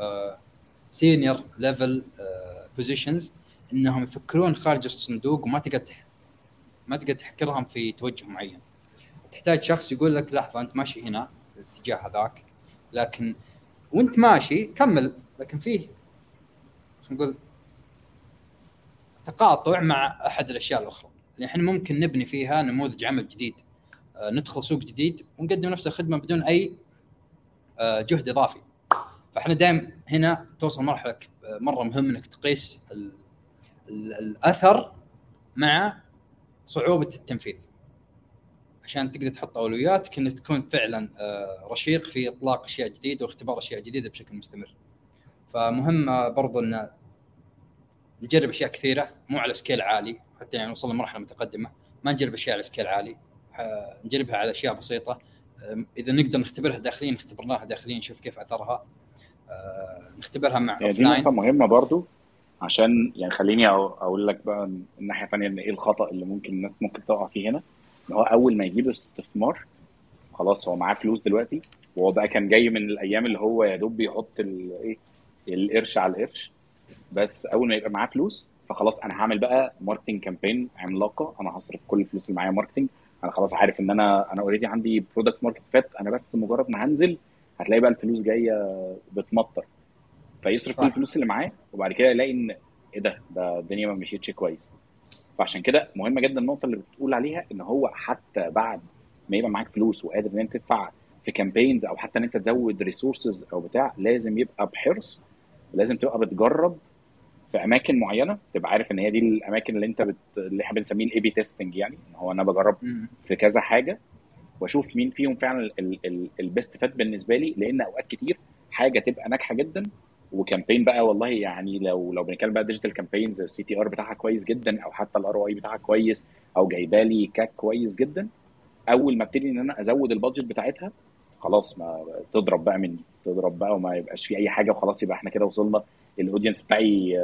سينيور ليفل بوزيشنز، انهم يفكرون خارج الصندوق وما تقدر ما تقدر تحكرهم في توجه معين. تحتاج شخص يقول لك لحظه انت ماشي هنا في الاتجاه هذاك، لكن وانت ماشي كمل، لكن فيه خلينا نقول تقاطع مع احد الاشياء الاخرى اللي احنا ممكن نبني فيها نموذج عمل جديد، ندخل سوق جديد ونقدم نفس الخدمه بدون اي جهد اضافي. فاحنا دائما هنا توصل مرحله مره مهم انك تقيس الاثر مع صعوبه التنفيذ عشان تقدر تحط اولوياتك انك تكون فعلا رشيق في اطلاق اشياء جديده واختبار اشياء جديده بشكل مستمر. فمهم برضو ان نجرب اشياء كثيره مو على سكيل عالي، حتى يعني نوصل لمرحله متقدمه ما نجرب اشياء على سكيل عالي، نجربها على اشياء بسيطه. اذا نقدر نختبرها داخليا اختبرناها داخليا نشوف كيف اثرها، نختبرها مع يعني اوف دي نقطة لاين. مهمة برضو، عشان يعني خليني اقول لك بقى الناحية الثانية ان ايه الخطأ اللي ممكن الناس ممكن تقع فيه هنا. ان هو اول ما يجيب استثمار خلاص هو معاه فلوس دلوقتي، وهو بقى كان جاي من الايام اللي هو يا دوب بيحط ايه القرش على القرش. بس اول ما يبقى معاه فلوس فخلاص انا هعمل بقى ماركتنج كامبين عملاقه، انا هصرف كل الفلوس اللي معايا ماركتنج. انا خلاص عارف ان انا اوريدي عندي برودكت ماركت فات، انا بس مجرد ما هنزل هتلاقي بقى الفلوس جايه بتمطر. فيصرف كل صح. الفلوس اللي معاه وبعد كده يلاقي ان ايه ده الدنيا ما مشيتش كويس. فعشان كده مهمه جدا النقطه اللي بتقول عليها، ان هو حتى بعد ما يبقى معاك فلوس وقادر ان انت تدفع في كامبينز او حتى ان انت تزود ريسورسز او بتاع، لازم يبقى بحرص، لازم تبقى بتجرب في اماكن معينه، تبقى عارف ان هي دي الاماكن اللي اللي احنا بنسميه الاي بي تيستنج. يعني ان هو انا بجرب مم. في كذا حاجه واشوف مين فيهم فعلا البيست فات بالنسبه لي. لان اوقات كتير حاجه تبقى ناجحه جدا وكامبين بقى والله، يعني لو بنتكلم بقى ديجيتال كامبينز السي تي ار بتاعها كويس جدا او حتى الار او اي بتاعها كويس او جايبه لي كاك كويس جدا، اول ما ابتدي ان انا ازود البادجت بتاعتها خلاص ما تضرب بقى مني، تضرب بقى وما يبقاش في اي حاجه وخلاص، يبقى احنا كده وصلنا الاودينس بتاعي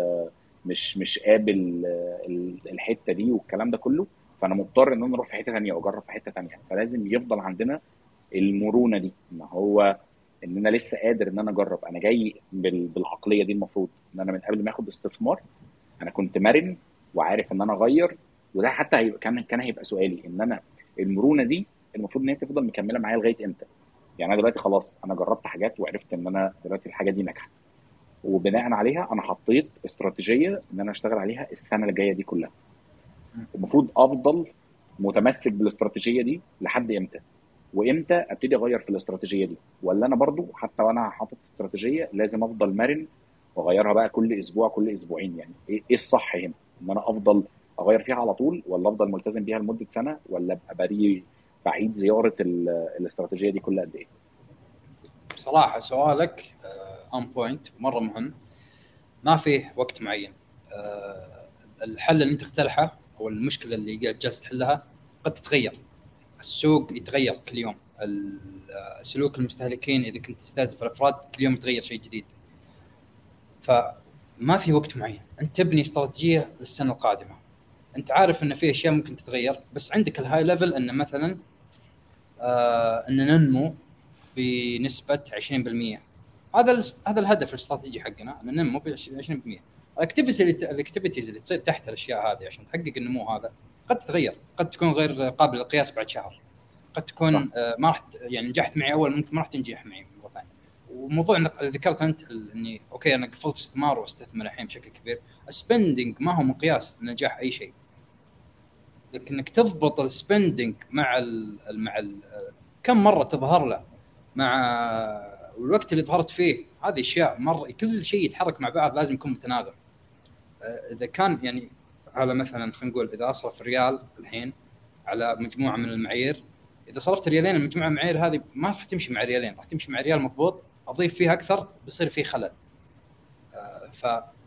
مش قابل الحته دي والكلام ده كله. فانا مضطر ان انا اروح في حته ثانيه واجرب في حته ثانيه. فلازم يفضل عندنا المرونه دي، ان هو ان انا لسه قادر ان انا اجرب. انا جاي بالعقليه دي، المفروض ان انا من قبل ما اخد استثمار انا كنت مرن وعارف ان انا اغير. وده حتى هيبقى كان هيبقى سؤالي، ان انا المرونه دي المفروض ان هي تفضل مكمله معايا لغايه امتى؟ يعني انا دلوقتي خلاص انا جربت حاجات وعرفت ان انا دلوقتي الحاجه دي ناجحه، وبناء عليها انا حطيت استراتيجيه ان انا اشتغل عليها السنه اللي جايه دي كلها. المفروض افضل متمسك بالاستراتيجيه دي لحد امتى؟ وامتى ابتدي اغير في الاستراتيجيه دي؟ ولا انا برضو حتى وانا حاطط استراتيجيه لازم افضل مرن واغيرها بقى كل اسبوع كل اسبوعين؟ يعني ايه الصح هنا؟ ان انا افضل اغير فيها على طول، ولا افضل ملتزم بيها لمده سنه، ولا ابقى بعيد زياره الاستراتيجيه دي كل قد ايه؟ بصراحه سؤالك اون بوينت مره مهم. ما فيه وقت معين. الحل اللي انت تقترحه او المشكله اللي جالس تحلها قد تتغير. السوق يتغير كل يوم، سلوك المستهلكين اذا كنت تستهدف الافراد كل يوم يتغير شيء جديد. فما في وقت معين. انت تبني استراتيجيه للسنه القادمه، انت عارف ان في اشياء ممكن تتغير، بس عندك الهاي ليفل ان مثلا ان ننمو بنسبه 20%. هذا الهدف الاستراتيجي حقنا، ان ننمو ب 20%. الاكتيفيتيز اللي تصير تحت الاشياء هذه عشان تحقق النمو هذا قد تتغير، قد تكون غير قابل للقياس بعد شهر، قد صح. تكون ما راح يعني نجحت معي اول ممكن ما راح تنجح معي مره ثانيه. وموضوع انك ذكرت انت اني اوكي انا قفلت استثمار واستثمر الحين بشكل كبير. السبندنج ما هو مقياس نجاح اي شيء، لكنك تضبط السبندنج مع كم مره تظهر له، مع والوقت اللي ظهرت فيه. هذه اشياء مره كل شيء يتحرك مع بعض لازم يكون متناغم. اذا كان يعني على مثلا خلينا نقول اذا اصرف ريال الحين على مجموعه من المعايير، اذا صرفت ريالين المجموعه من المعايير هذه ما راح تمشي مع ريالين، راح تمشي مع ريال مضبوط. اضيف فيها اكثر بيصير فيه خلل. ف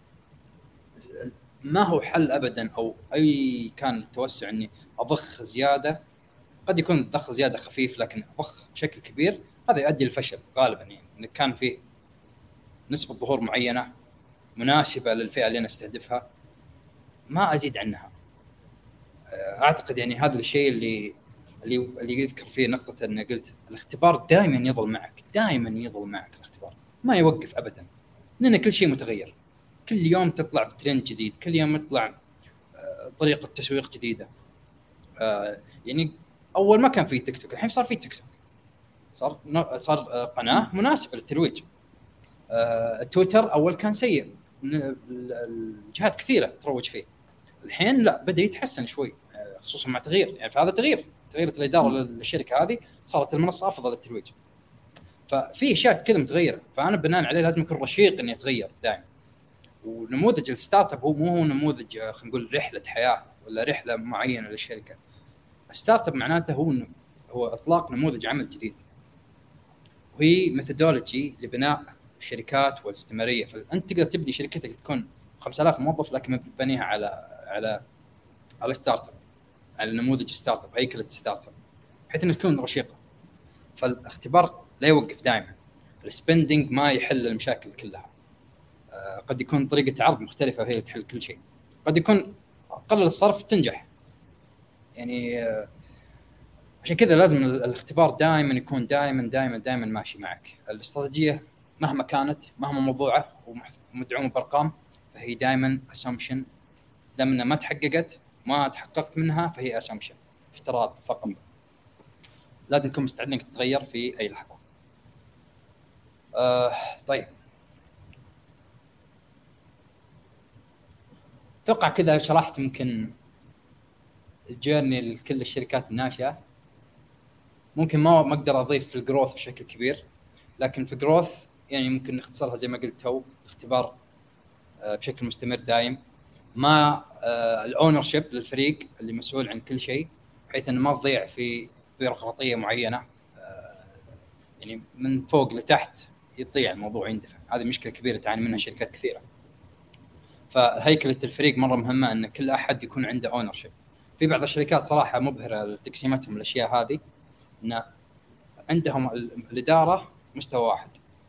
ما هو حل ابدا او اي كان التوسع اني اضخ زياده. قد يكون الضخ زياده خفيف، لكن اضخ بشكل كبير هذا يؤدي للفشل غالبا. يعني انك كان فيه نسبه ظهور معينه مناسبه للفئه اللي انا استهدفها، ما ازيد عنها. اعتقد يعني هذا الشيء اللي يذكر فيه نقطه ان قلت الاختبار دائما يظل معك، دائما يظل معك الاختبار ما يوقف ابدا، لان كل شيء متغير. كل يوم تطلع بترند جديد، كل يوم يطلع طريقه تسويق جديده. يعني اول ما كان في تيك توك، الحين صار في تيك توك، صار قناه مناسبه للترويج. تويتر اول كان سيء، الجهات كثيره تروج فيه، الحين لا بدا يتحسن شوي، خصوصا مع تغيير، يعني فهذا تغيير الاداره للشركه هذه، صارت المنصه افضل للترويج. ففي اشياء كذا متغيره، فانا بناء عليه لازم يكون رشيق انه يتغير دائما. ونموذج الستارت اب هو نموذج خلينا نقول رحله حياه ولا رحله معينه للشركه. الستارت اب معناته هو اطلاق نموذج عمل جديد، وهي ميثودولوجي لبناء الشركات والاستمراريه. فانت تقدر تبني شركتك تكون 5000 موظف لكن مبنيها على ستارت اب، على نموذج ستارت اب، هيكله ستارت اب، بحيث انها تكون رشيقه. فالاختبار لا يوقف دائما، السبندنج ما يحل المشاكل كلها. قد يكون طريقه عرض مختلفه هي اللي تحل كل شيء، قد يكون قلل الصرف تنجح. يعني عشان كذا لازم الاختبار دائما يكون دائما ماشي معك. الاستراتيجيه مهما كانت، مهما موضوعه ومدعومه بارقام، فهي دائما اسامبشن. دام ما تحققت، ما تحققت منها، فهي اسامبشن، افتراض فقط. لازم تكون مستعد انك تتغير في اي لحظه. طيب، اتوقع كذا شرحت يمكن الجيرني لكل الشركات الناشئه. ممكن ما اقدر اضيف في الجروث بشكل كبير، لكن في جروث يعني ممكن نختصرها زي ما قلت تو، الاختبار بشكل مستمر دائم، ما الاونرشيب للفريق اللي مسؤول عن كل شيء، بحيث انه ما تضيع في بيروقراطيه معينه، يعني من فوق لتحت يضيع الموضوع يندفع. هذه مشكله كبيره تعاني منها شركات كثيره. فهيكله الفريق مره مهمه، ان كل احد يكون عنده اونرشيب. في بعض الشركات صراحه مبهره لتقسيمتهم الاشياء هذه، ان عندهم الاداره مستوى واحد،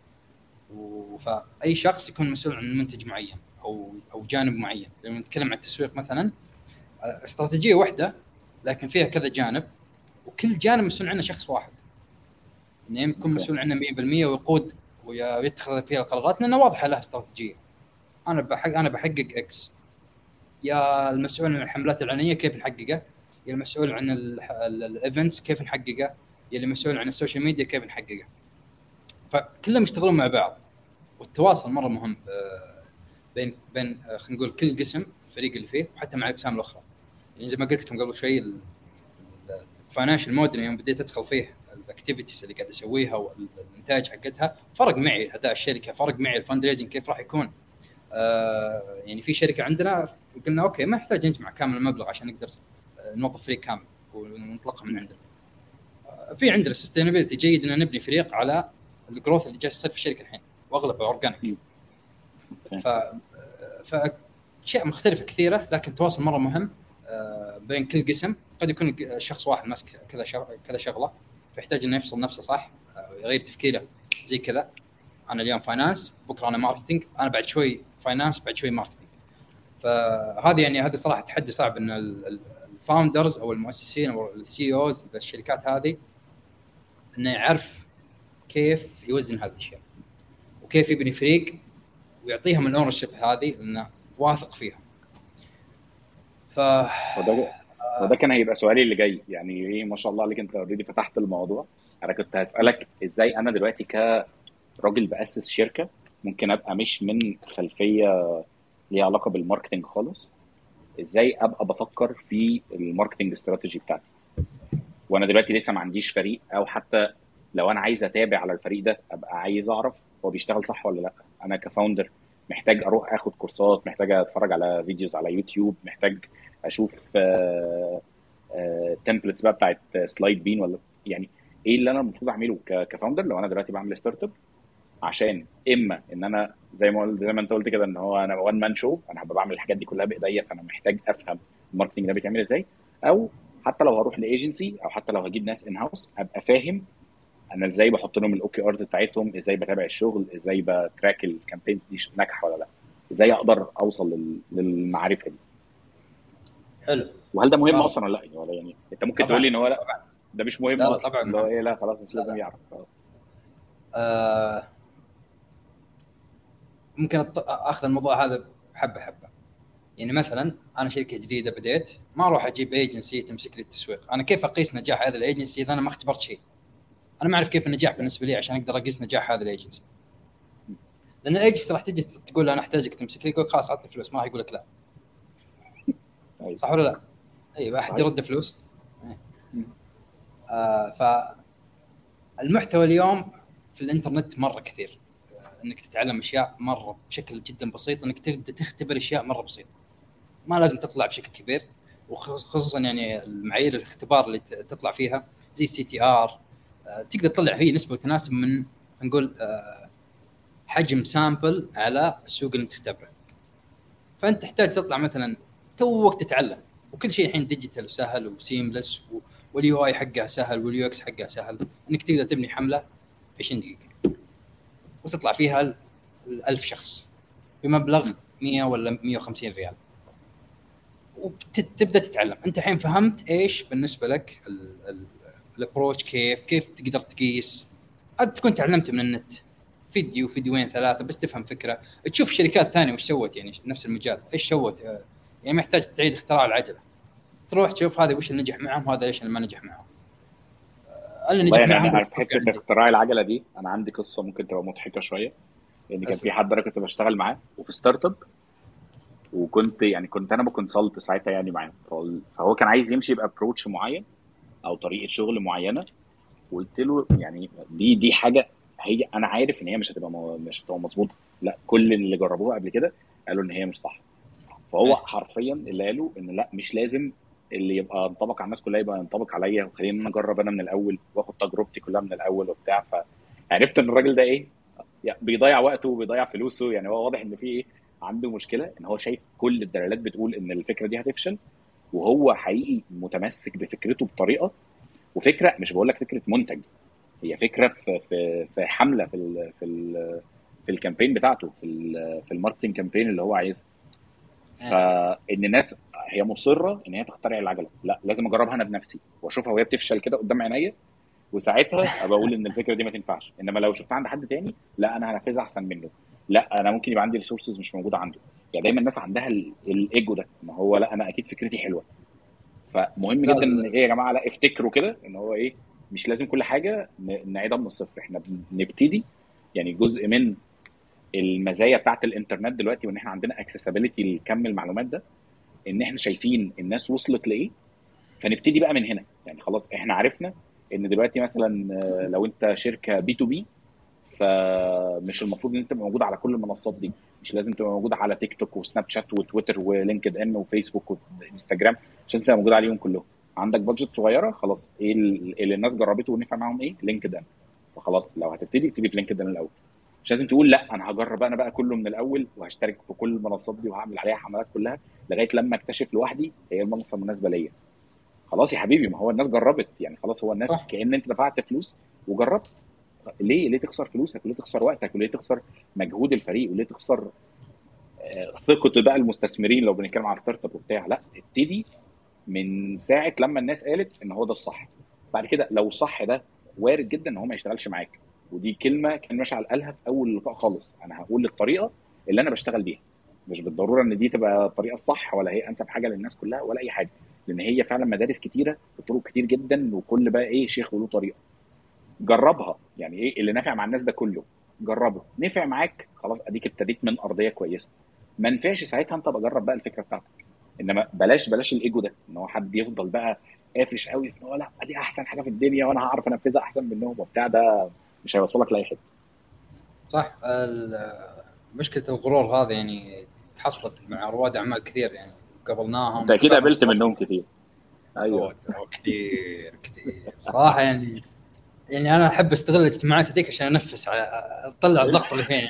فاي شخص يكون مسؤول عن منتج معين او جانب معين. لما نتكلم عن التسويق مثلا، استراتيجيه واحده لكن فيها كذا جانب، وكل جانب مسؤول عنه شخص واحد، انه يكون مسؤول عنه 100% ويقود ويتخذ فيها القرارات، لانه واضحه له استراتيجيه. انا بحقق اكس، يا المسؤول عن الحملات الاعلانيه كيف نحققه، يا المسؤول عن الايفنتس كيف نحققه، يا اللي مسؤول عن السوشيال ميديا كيف نحققه. فكلهم يشتغلون مع بعض، والتواصل مره مهم بين خلينا نقول كل قسم الفريق اللي فيه، وحتى مع الاقسام الاخرى. يعني زي ما قلت لكم قبل شوي، الفاينانشال موديل يوم بديت ادخل فيه الاكتيفيتيز اللي قاعد اسويها والانتاج حقتها، فرق معي اداء الشركه، فرق معي الفند ريزنج كيف راح يكون. يعني في شركه عندنا قلنا اوكي ما يحتاج نجمع كامل المبلغ عشان نقدر نوظف فريق كامل ونطلقها من عندنا. في عندنا سستينابيلتي جيد ان نبني فريق على الجروث اللي جالس يصير في الشركه الحين، واغلبه اورجانيك. فاشياء مختلفه كثيره، لكن التواصل مره مهم بين كل قسم. قد يكون شخص واحد ماسك كذا شغله، فيحتاج انه يفصل نفسه صح، يغير تفكيره زي كذا. انا اليوم فاينانس، بكره انا ماركتينج، انا بعد شوي فاينانس، بعد شوي ماركتينج. فهذه يعني هذا صراحه تحدي صعب، ان الفاوندرز او المؤسسين او السي اوز للشركات هذه انه يعرف كيف يوزن هذه الاشياء، وكيف يبني فريق ويعطيهم الاونرشيب هذه لانه واثق فيها. وده كان هيبقى سؤالي اللي جاي. يعني ايه، ما شاء الله عليك، انت اوريدي فتحت الموضوع. انا كنت هسألك ازاي انا دلوقتي كراجل بأسس شركة، ممكن ابقى مش من خلفية ليها علاقة بالماركتينج خالص، ازاي ابقى بفكر في الماركتينج استراتيجي بتاعتي وانا دلوقتي لسه ما عنديش فريق، او حتى لو انا عايز اتابع على الفريق ده ابقى عايز اعرف هو بيشتغل صح ولا لا. انا كفاوندر محتاج اروح اخد كورسات، محتاج اتفرج على فيديوز على يوتيوب، محتاج اشوف تمبلتس بقى بتاعت سلايد بين، ولا يعني ايه اللي انا المفروض اعمله كفاوندر لو انا دلوقتي بعمل ستارت اب، عشان اما ان انا زي ما انت قلت كده ان هو انا وان مان شو، انا هبقى بعمل الحاجات دي كلها بايديا، فانا محتاج افهم الماركتنج ده بيتعمل ازاي، او حتى لو هروح لايجنسي، او حتى لو هجيب ناس ان هاوس، ابقى فاهم انا ازاي بحط لهم الاو كي ارز بتاعتهم، ازاي بتابع الشغل، ازاي بتراك الكامبينز دي ناجحه ولا لا، ازاي اقدر اوصل للمعرفه دي. حلو. وهل ده مهم اصلا ولا لا؟ ولا يعني انت ممكن تقول لي ان هو لا ده مش مهم لا اصلا، طبعا اللي هو ايه، لا خلاص مش لازم يعرف. ممكن اخذ الموضوع هذا حبه حبه. يعني مثلا انا شركه جديده بديت، ما اروح اجيب ايجنسي تمسك لي التسويق. انا كيف اقيس نجاح هذا الايجنسي اذا انا ما اختبرت شيء؟ انا ما اعرف كيف النجاح بالنسبه لي عشان اقدر اقيس نجاح هذا الايجنسي. لان الايجنسي راح تجي تقول انا احتاجك تمسك لي، يقول خلاص عطني فلوس، ما راح يقول لك لا. أيوة. صح ولا لا؟ ايوه، احد صحيح. يرد فلوس. فالمحتوى اليوم في الانترنت مره كثير، انك تتعلم اشياء مره بشكل جدا بسيط، انك تبدا تختبر اشياء مره بسيطه، ما لازم تطلع بشكل كبير. وخصوصا يعني المعايير الاختبار اللي تطلع فيها زي CTR، تقدر تطلع هي نسبه تناسب من نقول حجم سامبل على السوق اللي تختبره. فانت تحتاج تطلع مثلا توك تتعلم، وكل شيء الحين ديجيتال وسهل وسيملس، واليو اي حقها سهل واليو اكس حقها سهل، انك تقدر تبني حمله في 20 دقيقه وتطلع فيها 1000 شخص بمبلغ 100 ولا 150 ريال، وتبدا تتعلم. انت الحين فهمت ايش بالنسبه لك الابروتش، كيف تقدر تقيس. قد تكون تعلمت من النت فيديوين ثلاثه بس تفهم فكره، تشوف شركات ثانيه وش سوت، يعني نفس المجال ايش سوت. يعني محتاج تعيد اختراع العجله، تروح تشوف هذا وش اللي نجح معهم وهذا ليش اللي ما نجح معهم. اللي والله نجح يعني معهم انا في بيتوقع حته عندي. اختراع العجله دي انا عندي قصه ممكن تبقى مضحكه شويه. لان كان اسف. في حد انا كنت بشتغل معاه وفي ستارت اب، وكنت يعني كنت انا بكونسلت ساعتها يعني معاه، فهو كان عايز يمشي بابروتش معين او طريقه شغل معينه. وقلت له يعني دي حاجه هي انا عارف ان هي مش هتبقى مظبوطه. لا، كل اللي جربوها قبل كده قالوا ان هي مش صح. فهو ايه. حرفيا اللي قاله ان لا، مش لازم اللي يبقى ينطبق على الناس كلها يبقى ينطبق عليا، وخلينا انا اجرب انا من الاول واخد تجربتي كلها من الاول وبتاع. فعرفت ان الراجل ده ايه، يعني بيضيع وقته وبيضيع فلوسه. يعني هو واضح ان في ايه، عنده مشكله ان هو شايف كل الدلالات بتقول ان الفكره دي هتفشل، وهو حقيقي متمسك بفكرته بطريقه. وفكره مش بقول لك فكره منتج، هي فكره في حمله في الكامبين بتاعته، في الماركتنج كامبين اللي هو عايزها. ايه. فان الناس هي مصره ان هي تخترع العجله، لا لازم اجربها انا بنفسي واشوفها وهي بتفشل كده قدام عينيا، وساعتها ابقى اقول ان الفكره دي ما تنفعش. انما لو شفتها عند حد تاني، لا انا هنفذها احسن منه، لا انا ممكن يبقى عندي ريسورسز مش موجوده عنده. يعني دايما الناس عندها الايجو ده، ان هو لا انا اكيد فكرتي حلوه. فمهم لا جدا ان ايه يا جماعه، لا افتكروا كده ان هو ايه، مش لازم كل حاجه نعيدها من الصفر. احنا بنبتدي يعني جزء من المزايا بتاعت الانترنت دلوقتي، وان احنا عندنا اكسسبيليتي لكم المعلومات ده، ان احنا شايفين الناس وصلت لايه، فنبتدي بقى من هنا. يعني خلاص احنا عرفنا ان دلوقتي مثلا لو انت شركه بي تو بي، فمش المفروض ان انت تبقى موجود على كل المنصات دي. مش لازم تبقى موجود على تيك توك وسناب شات وتويتر ولينكد ان وفيسبوك وانستجرام، مش لازم تبقى موجود عليهم كلهم. عندك بادجت صغيره، خلاص ايه اللي الناس جربته ونفع معاهم ايه، لينكد ان. فخلاص لو هتبتدي ابتدي في لينكد ان الاول. مش لازم تقول لا انا هجرب انا بقى كله من الاول وهشترك في كل المنصات دي وهعمل عليها حملات كلها لغايه لما اكتشف لوحدي هي المنصه المناسبه ليا. خلاص يا حبيبي، ما هو الناس جربت. يعني خلاص هو الناس صح. كأن انت دفعت فلوس وجربت. ليه تخسر فلوسك، وليه تخسر وقتك، وليه تخسر مجهود الفريق، وليه تخسر ثقة بقى المستثمرين لو بنتكلم على ستارت اب وبتاع. لا، ابتدي من ساعة لما الناس قالت ان هو ده الصح. بعد كده لو الصح ده وارد جدا ان هو ما يشتغلش معاك، ودي كلمة كان مشعل قالها في اول لقاء خالص، انا هقول الطريقة اللي انا بشتغل بيها، مش بالضرورة ان دي تبقى الطريقة الصح ولا هي انسب حاجة للناس كلها ولا اي حاجة. لان هي فعلا مدارس كتيرة بطرق كتير جدا، وكل بقى ايه شيخ وله طريقة. جربها. يعني ايه اللي نافع مع الناس ده كله، جربه. نفع معاك خلاص اديك ابتديت من ارضيه كويسه. ما نفعش ساعتها انت بجرب بقى الفكره بتاعتك. انما بلاش الايجو ده، ان هو حد يفضل بقى قافش قوي في ان هو لا دي احسن حاجه في الدنيا وانا هعرف انفذها احسن منهم وبتاع. ده مش هيوصلك لاي حته. صح. مشكله الغرور هذا يعني تحصلت مع رواد اعمال كثير، يعني انت قابلناهم اكيد بعضهم قابلت صراحه. منهم كتير. ايوه. أوه كثير كثير صراحه. يعني انا احب استغل الاجتماعات هذيك عشان انفس اطلع الضغط اللي فيني.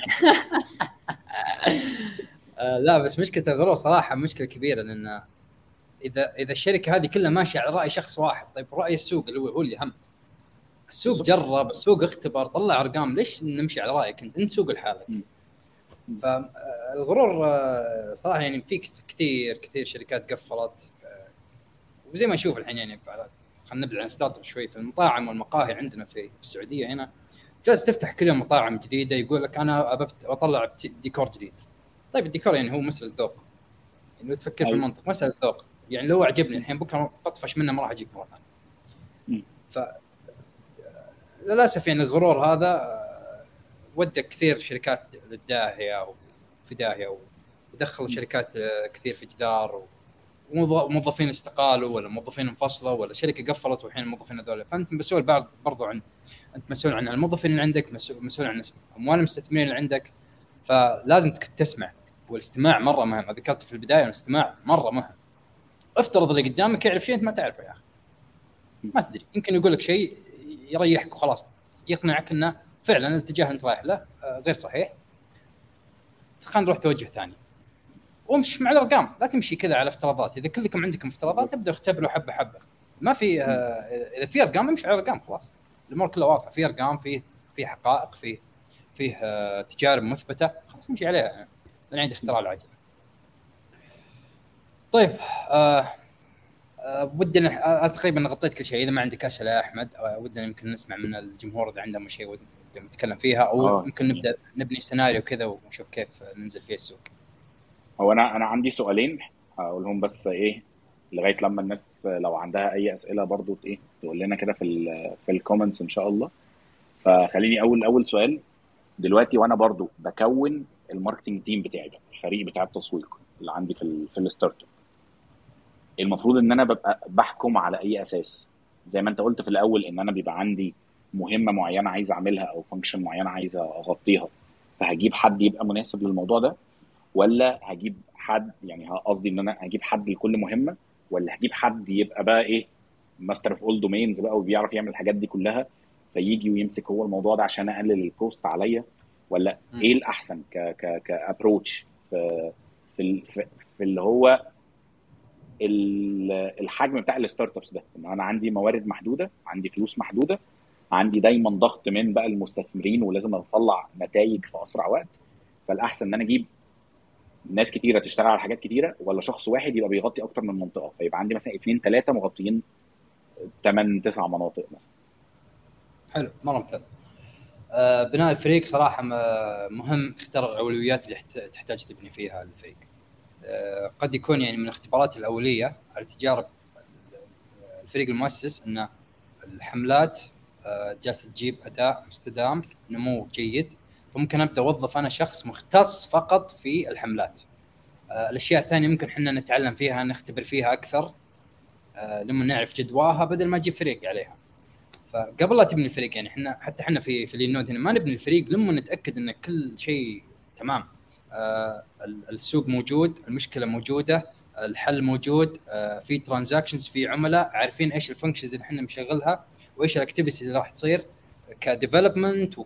لا بس مشكله الغرور صراحه مشكله كبيره، لان اذا الشركه هذه كلها ماشيه على راي شخص واحد، طيب راي السوق اللي هو اللي هم. السوق بالظبط. جرب، السوق اختبر، طلع ارقام، ليش نمشي على رايك انت سوق لحالك؟ م- م. فالغرور صراحه يعني في كثير شركات قفلت. وزي ما نشوف الحين يعني خلينا نبعد عن ستارت اب شوي، في المطاعم والمقاهي عندنا في السعوديه هنا جالس تفتح كل يوم مطاعم جديده، يقول لك انا اطلع ديكور جديد. طيب الديكور يعني هو مثل الذوق، انه تفكر في المنطق، مساله ذوق. يعني لو عجبني الحين بكره بطفش منه ما راح اجيك مره ثانيه. ف للاسف يعني الغرور هذا ودك كثير شركات للداهيه وفي داهيه، ودخل شركات كثير في جدار، وموظفين استقالوا ولا موظفين انفصلوا ولا شركه قفلت والحين الموظفين هذول. فانت مسؤول برضو عن، انت مسؤول عن الموظفين اللي عندك، مسؤول عن اموال المستثمرين اللي عندك. فلازم تسمع، والاستماع مره مهم. ذكرت في البدايه الاستماع مره مهم. افترض اللي قدامك يعرف شيء انت ما تعرفه يا اخي، ما تدري، يمكن يقول لك شيء يريحك وخلاص، يقنعك انه فعلا الاتجاه انت رايح له غير صحيح، خلينا نروح توجه ثاني. وامشي مع الارقام، لا تمشي كذا على افتراضات. اذا كلكم عندكم افتراضات ابدا اختبروا حبه حبه. ما في اذا في ارقام امشي على الارقام خلاص، الامور كلها واضحه. في ارقام، في حقائق، فيه تجارب مثبته، خلاص امشي عليها. انا عندي اختراع العجله. طيب ودنا تقريبا غطيت كل شيء. اذا ما عندك اسئله يا احمد ودنا يمكن نسمع من الجمهور اذا عندهم شيء ودنا نتكلم فيها، او يمكن نبني سيناريو كذا ونشوف كيف ننزل فيه السوق. هو انا عندي سؤالين هقولهم، بس ايه لغايه لما الناس لو عندها اي اسئله برضو ايه تقول لنا كده في الكومنتس ان شاء الله. فخليني اول سؤال دلوقتي، وانا برضو بكون الماركتنج تيم بتاعي ده، الفريق بتاع التسويق اللي عندي في الستارت اب، المفروض ان انا ببقى بحكم على اي اساس؟ زي ما انت قلت في الاول ان انا بيبقى عندي مهمه معينه عايز اعملها او فانكشن معينه عايز اغطيها، فهجيب حد يبقى مناسب للموضوع ده، ولا هجيب حد، يعني قصدي ان انا هجيب حد لكل مهمه، ولا هجيب حد يبقى بقى ايه ماستر اوف اول دومينز بقى وبيعرف يعمل الحاجات دي كلها فيجي ويمسك هو الموضوع ده عشان اقلل الكوست عليا؟ ولا ايه الاحسن كابروتش في اللي هو الحجم بتاع الستارت ابس ده؟ ان انا عندي موارد محدوده، عندي فلوس محدوده، عندي دايما ضغط من بقى المستثمرين ولازم اطلع نتائج في اسرع وقت، فالاحسن ان انا اجيب ناس كتيره تشتغل على حاجات كتيره، ولا شخص واحد يبقى بيغطي اكتر من منطقه فيبقى عندي مثلا 2 3 مغطيين 8 9 مناطق مثلا؟ حلو، مره ممتاز. بناء الفريق صراحه مهم تختار الاولويات اللي تحتاج تبني فيها الفريق. قد يكون يعني من الاختبارات الاوليه على تجارب الفريق المؤسس ان الحملات جالسه تجيب اداء مستدام، نمو جيد، فممكن ابدا اوظف انا شخص مختص فقط في الحملات. الاشياء الثانيه ممكن احنا نتعلم فيها، نختبر فيها اكثر لما نعرف جدواها بدل ما نجيب فريق عليها. فقبل لا تبني الفريق، يعني احنا في لينود هنا ما نبني الفريق لما نتاكد ان كل شيء تمام. السوق موجود، المشكله موجوده، الحل موجود، في ترانزاكشنز، في عملاء عارفين ايش الفانكشنز اللي احنا مشغلها وايش الاكتيفيتي اللي راح تصير كديفلوبمنت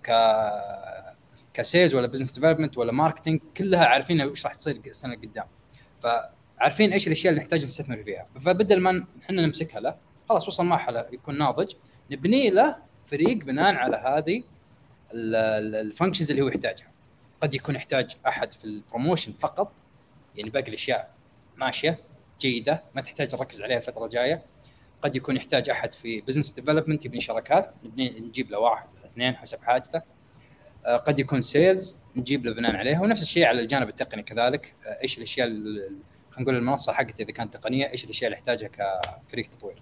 كسيلز ولا بزنس ديفلوبمنت ولا ماركتينج، كلها عارفين ايش راح تصير السنه القدام، فعارفين ايش الاشياء اللي نحتاج نستثمر فيها. فبدل ما احنا نمسكها له، خلاص وصل مرحله يكون ناضج، نبني له فريق بناء على هذه الفانكشنز اللي هو يحتاجها. قد يكون يحتاج احد في البروموشن فقط، يعني باقي الاشياء ماشيه جيده ما تحتاج نركز عليها الفتره الجايه. قد يكون يحتاج احد في بزنس ديفلوبمنت يبني شراكات، نجيب له واحد ولا اثنين حسب حاجته. قد يكون سيلز نجيب له بناء عليها، ونفس الشيء على الجانب التقني كذلك. ايش الاشياء خلينا نقول المنصه حقتي اذا كانت تقنيه، ايش الاشياء اللي يحتاجها كفريق تطوير.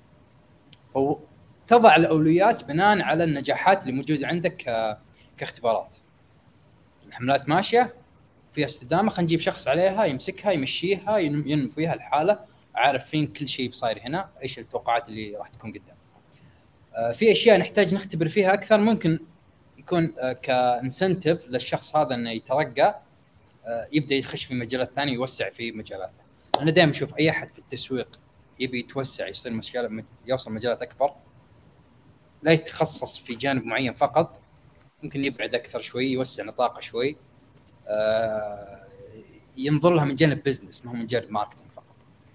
فتضع الاولويات بناء على النجاحات اللي موجوده عندك كاختبارات. الحملات ماشيه فيها استدامه، خلينا نجيب شخص عليها يمسكها يمشيها ينمو فيها الحاله، عارف فين كل شيء بصاير هنا، ايش التوقعات اللي راح تكون قدام. في اشياء نحتاج نختبر فيها اكثر، ممكن يكون كانسنتيف للشخص هذا انه يترقى، يبدا يخش في مجالات ثانيه، يوسع في مجالاته. انا دائما اشوف اي احد في التسويق يبي يتوسع يصير يوصل مجالات اكبر، لا يتخصص في جانب معين فقط، ممكن يبعد اكثر شوي، يوسع نطاقه شوي، ينظر لها من جانب بزنس ما هو من جانب ماركتينج فقط.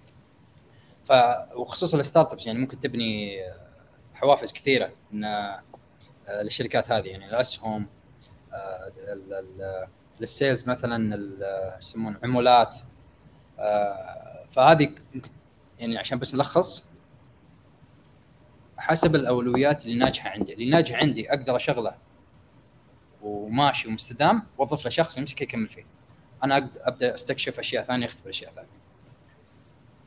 وخصوصا الستارت ابس يعني ممكن تبني حوافز كثيره ان للشركات هذه، يعني الاسهم، للسيلز مثلا، يسمون عمولات. فهذه يعني عشان بس نلخص حسب الاولويات اللي ناجحه عندي. اللي ناجح عندي اقدر اشغله وماشي ومستدام، وظف له شخص يمسك يكمل فيه. انا ابدا استكشف اشياء ثانيه، اختبر اشياء ثانيه.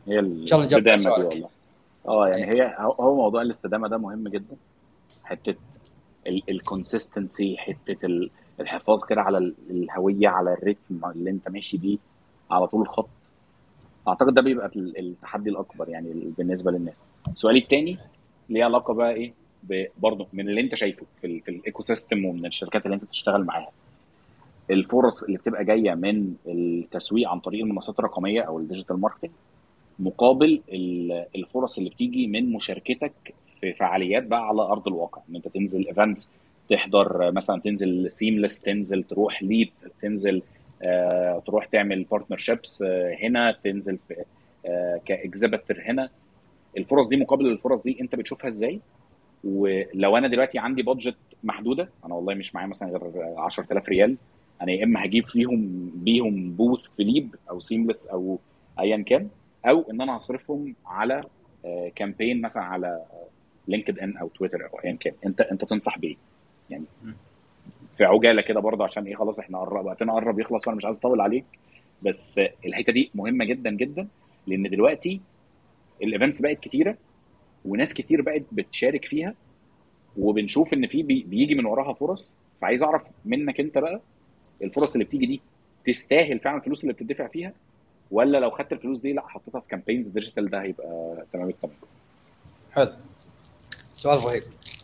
هي ان شاء الله جاوبت على الاستدامه دي سؤالك. والله. اه يعني ايه. هو موضوع الاستدامه ده مهم جدا. حته الكونسيستنسي، حته الحفاظ كده على الهويه، على الريتم اللي انت ماشي بيه على طول الخط. اعتقد ده بيبقى التحدي الاكبر يعني بالنسبه للناس. سؤالي التاني ليه علاقه بقى ايه برضه من اللي انت شايفه في الايكو سيستم ومن الشركات اللي انت بتشتغل معاها. الفرص اللي بتبقى جايه من التسويق عن طريق المنصات الرقميه او الديجيتال ماركتنج، مقابل الفرص اللي بتيجي من مشاركتك في فعاليات بقى على ارض الواقع، ان انت تنزل ايفنتس، تحضر مثلا، تنزل سيمليس، تنزل تروح ليد، تنزل تروح تعمل بارتنرشيبس هنا، تنزل في كاكزيبيتور هنا. الفرص دي مقابل الفرص دي انت بتشوفها ازاي؟ ولو انا دلوقتي عندي بادجت محدوده، انا والله مش معايا مثلا غير 10000 ريال، انا يا اما هجيب بيهم بوث في ليب او سيمليس او ايا كان، او ان انا هصرفهم على كامبين مثلا على لينكد ان او تويتر او ايا كان. انت تنصح بايه يعني؟ في عجاله كده برضه، عشان ايه خلاص احنا وقتنا قرب يخلص وانا مش عايز اطول عليك. بس الحته دي مهمه جدا جدا، لان دلوقتي الايفنتس بقت كتيره وناس كتير بقت بتشارك فيها، وبنشوف ان في بيجي من وراها فرص. فعايز اعرف منك انت بقى، الفرص اللي بتيجي دي تستاهل فعلا الفلوس اللي بتدفع فيها، ولا لو خدت الفلوس دي لا حطيتها في كامبينز ديجيتال ده هيبقى تمام التمام؟ حلو، سؤال رهيب.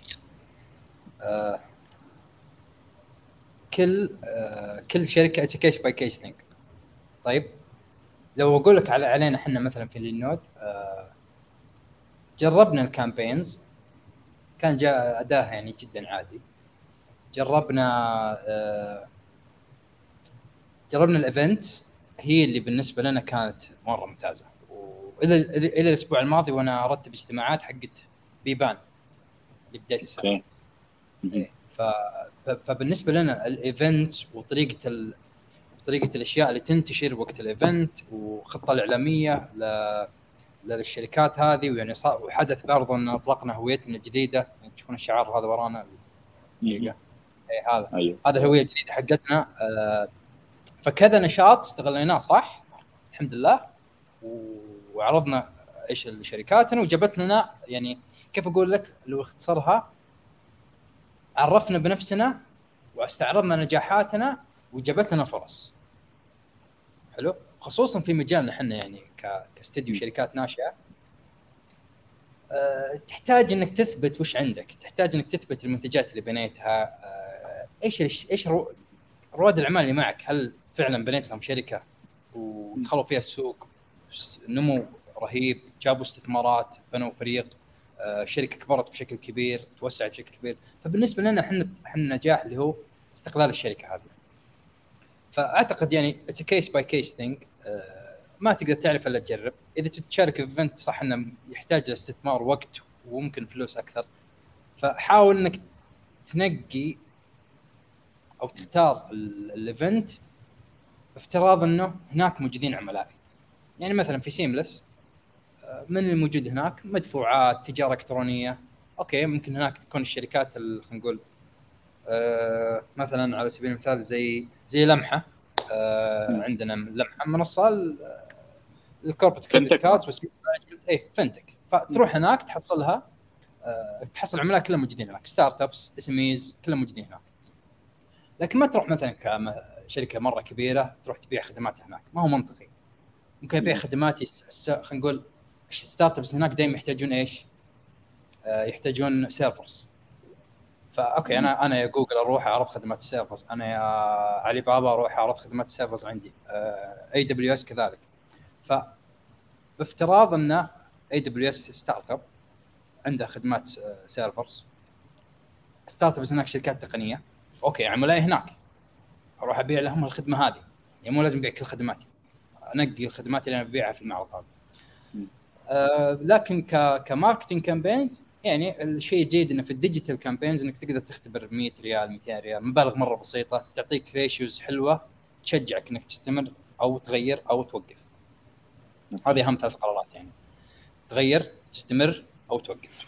آه كل شركه كيس باي كيس ثينك. طيب، لو اقول لك علينا احنا مثلا في لينود، جربنا الكامبينز، كان جاء اداها يعني جدا عادي. جربنا آه جربنا الايفنت، هي اللي بالنسبه لنا كانت مره ممتازه. والى الاسبوع الماضي وانا ارتب اجتماعات حقت بيبان لبدايه السنه. اوكي. مهم. ايه فبالنسبه لنا الايفنت طريقه الاشياء اللي تنتشر وقت الايفنت وخطه الاعلاميه للشركات هذه، ويعني صار وحدث برضه ان اطلقنا هويتنا الجديده. يعني تشوفون الشعار هذا ورانا مهم. دقيقه. اي هذا ايوه. هذا الهويه الجديده حقتنا. فكذا نشاط استغليناه صح الحمد لله، وعرضنا ايش الشركاتنا وجابت لنا، يعني كيف اقول لك لو اختصرها، عرفنا بنفسنا واستعرضنا نجاحاتنا وجابت لنا فرص. حلو، خصوصا في مجالنا احنا يعني كاستديو مم. شركات ناشئه. تحتاج انك تثبت وش عندك، تحتاج انك تثبت المنتجات اللي بنيتها. ايش رواد الاعمال اللي معك، هل فعلا بنيت لهم شركه ودخلوا فيها السوق نمو رهيب، جابوا استثمارات، بنوا فريق، شركه كبرت بشكل كبير، توسعت بشكل كبير. فبالنسبه لنا احنا النجاح اللي هو استقلال الشركه هذه. فاعتقد يعني اتس كيس باي كيس ثينج، ما تقدر تعرف الا تجرب. اذا تشارك في ايفنت صح انه يحتاج استثمار وقت وممكن فلوس اكثر، فحاول انك تنقي او تختار الايفنت بافتراض انه هناك موجودين عملائي. يعني مثلا في سيملس، من الموجود هناك مدفوعات، تجاره الكترونيه. اوكي، ممكن هناك تكون الشركات خلينا نقول مثلا على سبيل المثال زي لمحه. مم. عندنا لمحه منصه الكوربريت كريدت فنتك. كاردز وسميث مانجمنت، اي فنتك. فتروح هناك تحصلها، تحصل عملاء كلهم موجودين هناك، ستارت ابس، اس ام ايز، كلهم موجودين هناك. لكن ما تروح مثلا كشركه مره كبيره تروح تبيع خدمات هناك، ما هو منطقي. ممكن ابيع مم. خدماتي خلينا نقول ستارت ابس هناك دائما يحتاجون ايش؟ يحتاجون سيرفرز. فاوكي، مم. انا يا جوجل اروح اعرض خدمات السيرفرز، انا يا علي بابا اروح اعرض خدمات السيرفرز عندي، اي دبليو اس كذلك. فبافتراض ان اي دبليو اس ستارت اب عنده خدمات سيرفرز، ستارت ابس هناك شركات تقنيه، اوكي عملائي هناك، اروح ابيع لهم الخدمه هذه. يعني مو لازم ابيع كل خدماتي، انقي الخدمات اللي انا ببيعها في المعرض هذا. مم. لكن كماركتينج كامبينز، يعني الشيء الجيد انه في الديجيتال كامبينز انك تقدر تختبر 100 ريال 200 ريال، مبالغ مره بسيطه تعطيك ريشيوز حلوه تشجعك انك تستمر او تغير او توقف. اوكي. هذه اهم 3 قرارات، يعني تغير، تستمر او توقف.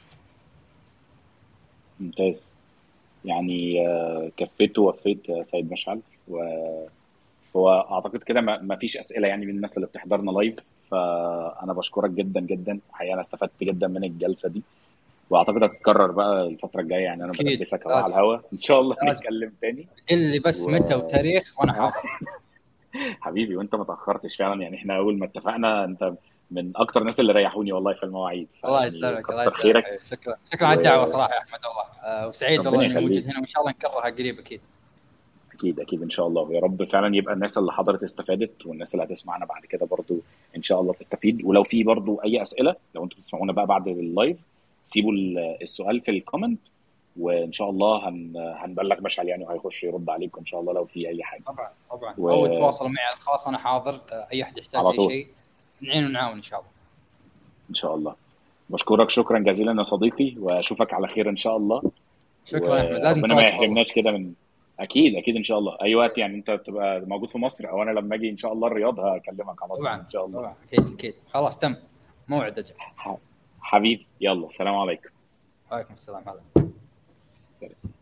ممتاز. يعني كفيت ووفيت يا سيد مشعل. وهو اعتقد كده ما فيش اسئله يعني من الناس اللي بتحضرنا لايف. فانا بشكرك جدا جدا، حقيقه انا استفدت جدا من الجلسه دي، واعتقد هتتكرر بقى الفتره الجايه. يعني انا اكيد بدبسك اهو على لازم. الهوا، ان شاء الله لازم نتكلم تاني. قل لي بس و متى وتاريخ وانا حاضر. حبيبي، وانت ما تاخرتش فعلا، يعني احنا اول ما اتفقنا انت من اكتر الناس اللي ريحوني والله في المواعيد، الله فيعني يسلمك، الله كتر يسلمك خيرك. حبيبي. شكرا شكرا على الدعوه وربنا صراحه يا احمد الله. وسعيد والله اني موجود يخليك. هنا، وان شاء الله نكررها قريب اكيد. اكيد اكيد ان شاء الله، يا رب فعلا يبقى الناس اللي حضرت استفادت، والناس اللي هتسمعنا بعد كده برضو ان شاء الله تستفيد. ولو في برضو اي اسئله، لو انتوا بتسمعونا بقى بعد اللايف، سيبوا السؤال في الكومنت، وان شاء الله هنبلغ مشعل يعني، وهيخش يرد عليكم ان شاء الله لو في اي حاجه. طبعا طبعا، او وعلى تواصلوا معي على الخاص، انا حاضر. اي احد يحتاج اي طول شيء نعين ونعاون ان شاء الله. ان شاء الله. بشكرك شكرا جزيلا يا صديقي، واشوفك على خير ان شاء الله. شكرا يا احمد، لازم وربنا ما تواجه والله. يحرمناش كده من. اكيد اكيد ان شاء الله، اي وقت يعني انت تبقى موجود في مصر، او انا لما اجي ان شاء الله الرياض هكلمك على طول طبعا ان شاء الله. طبعا، اكيد اكيد. خلاص تم، موعد اجل. حبيبي، يلا، السلام عليكم. وعليكم السلام. هذا سلام.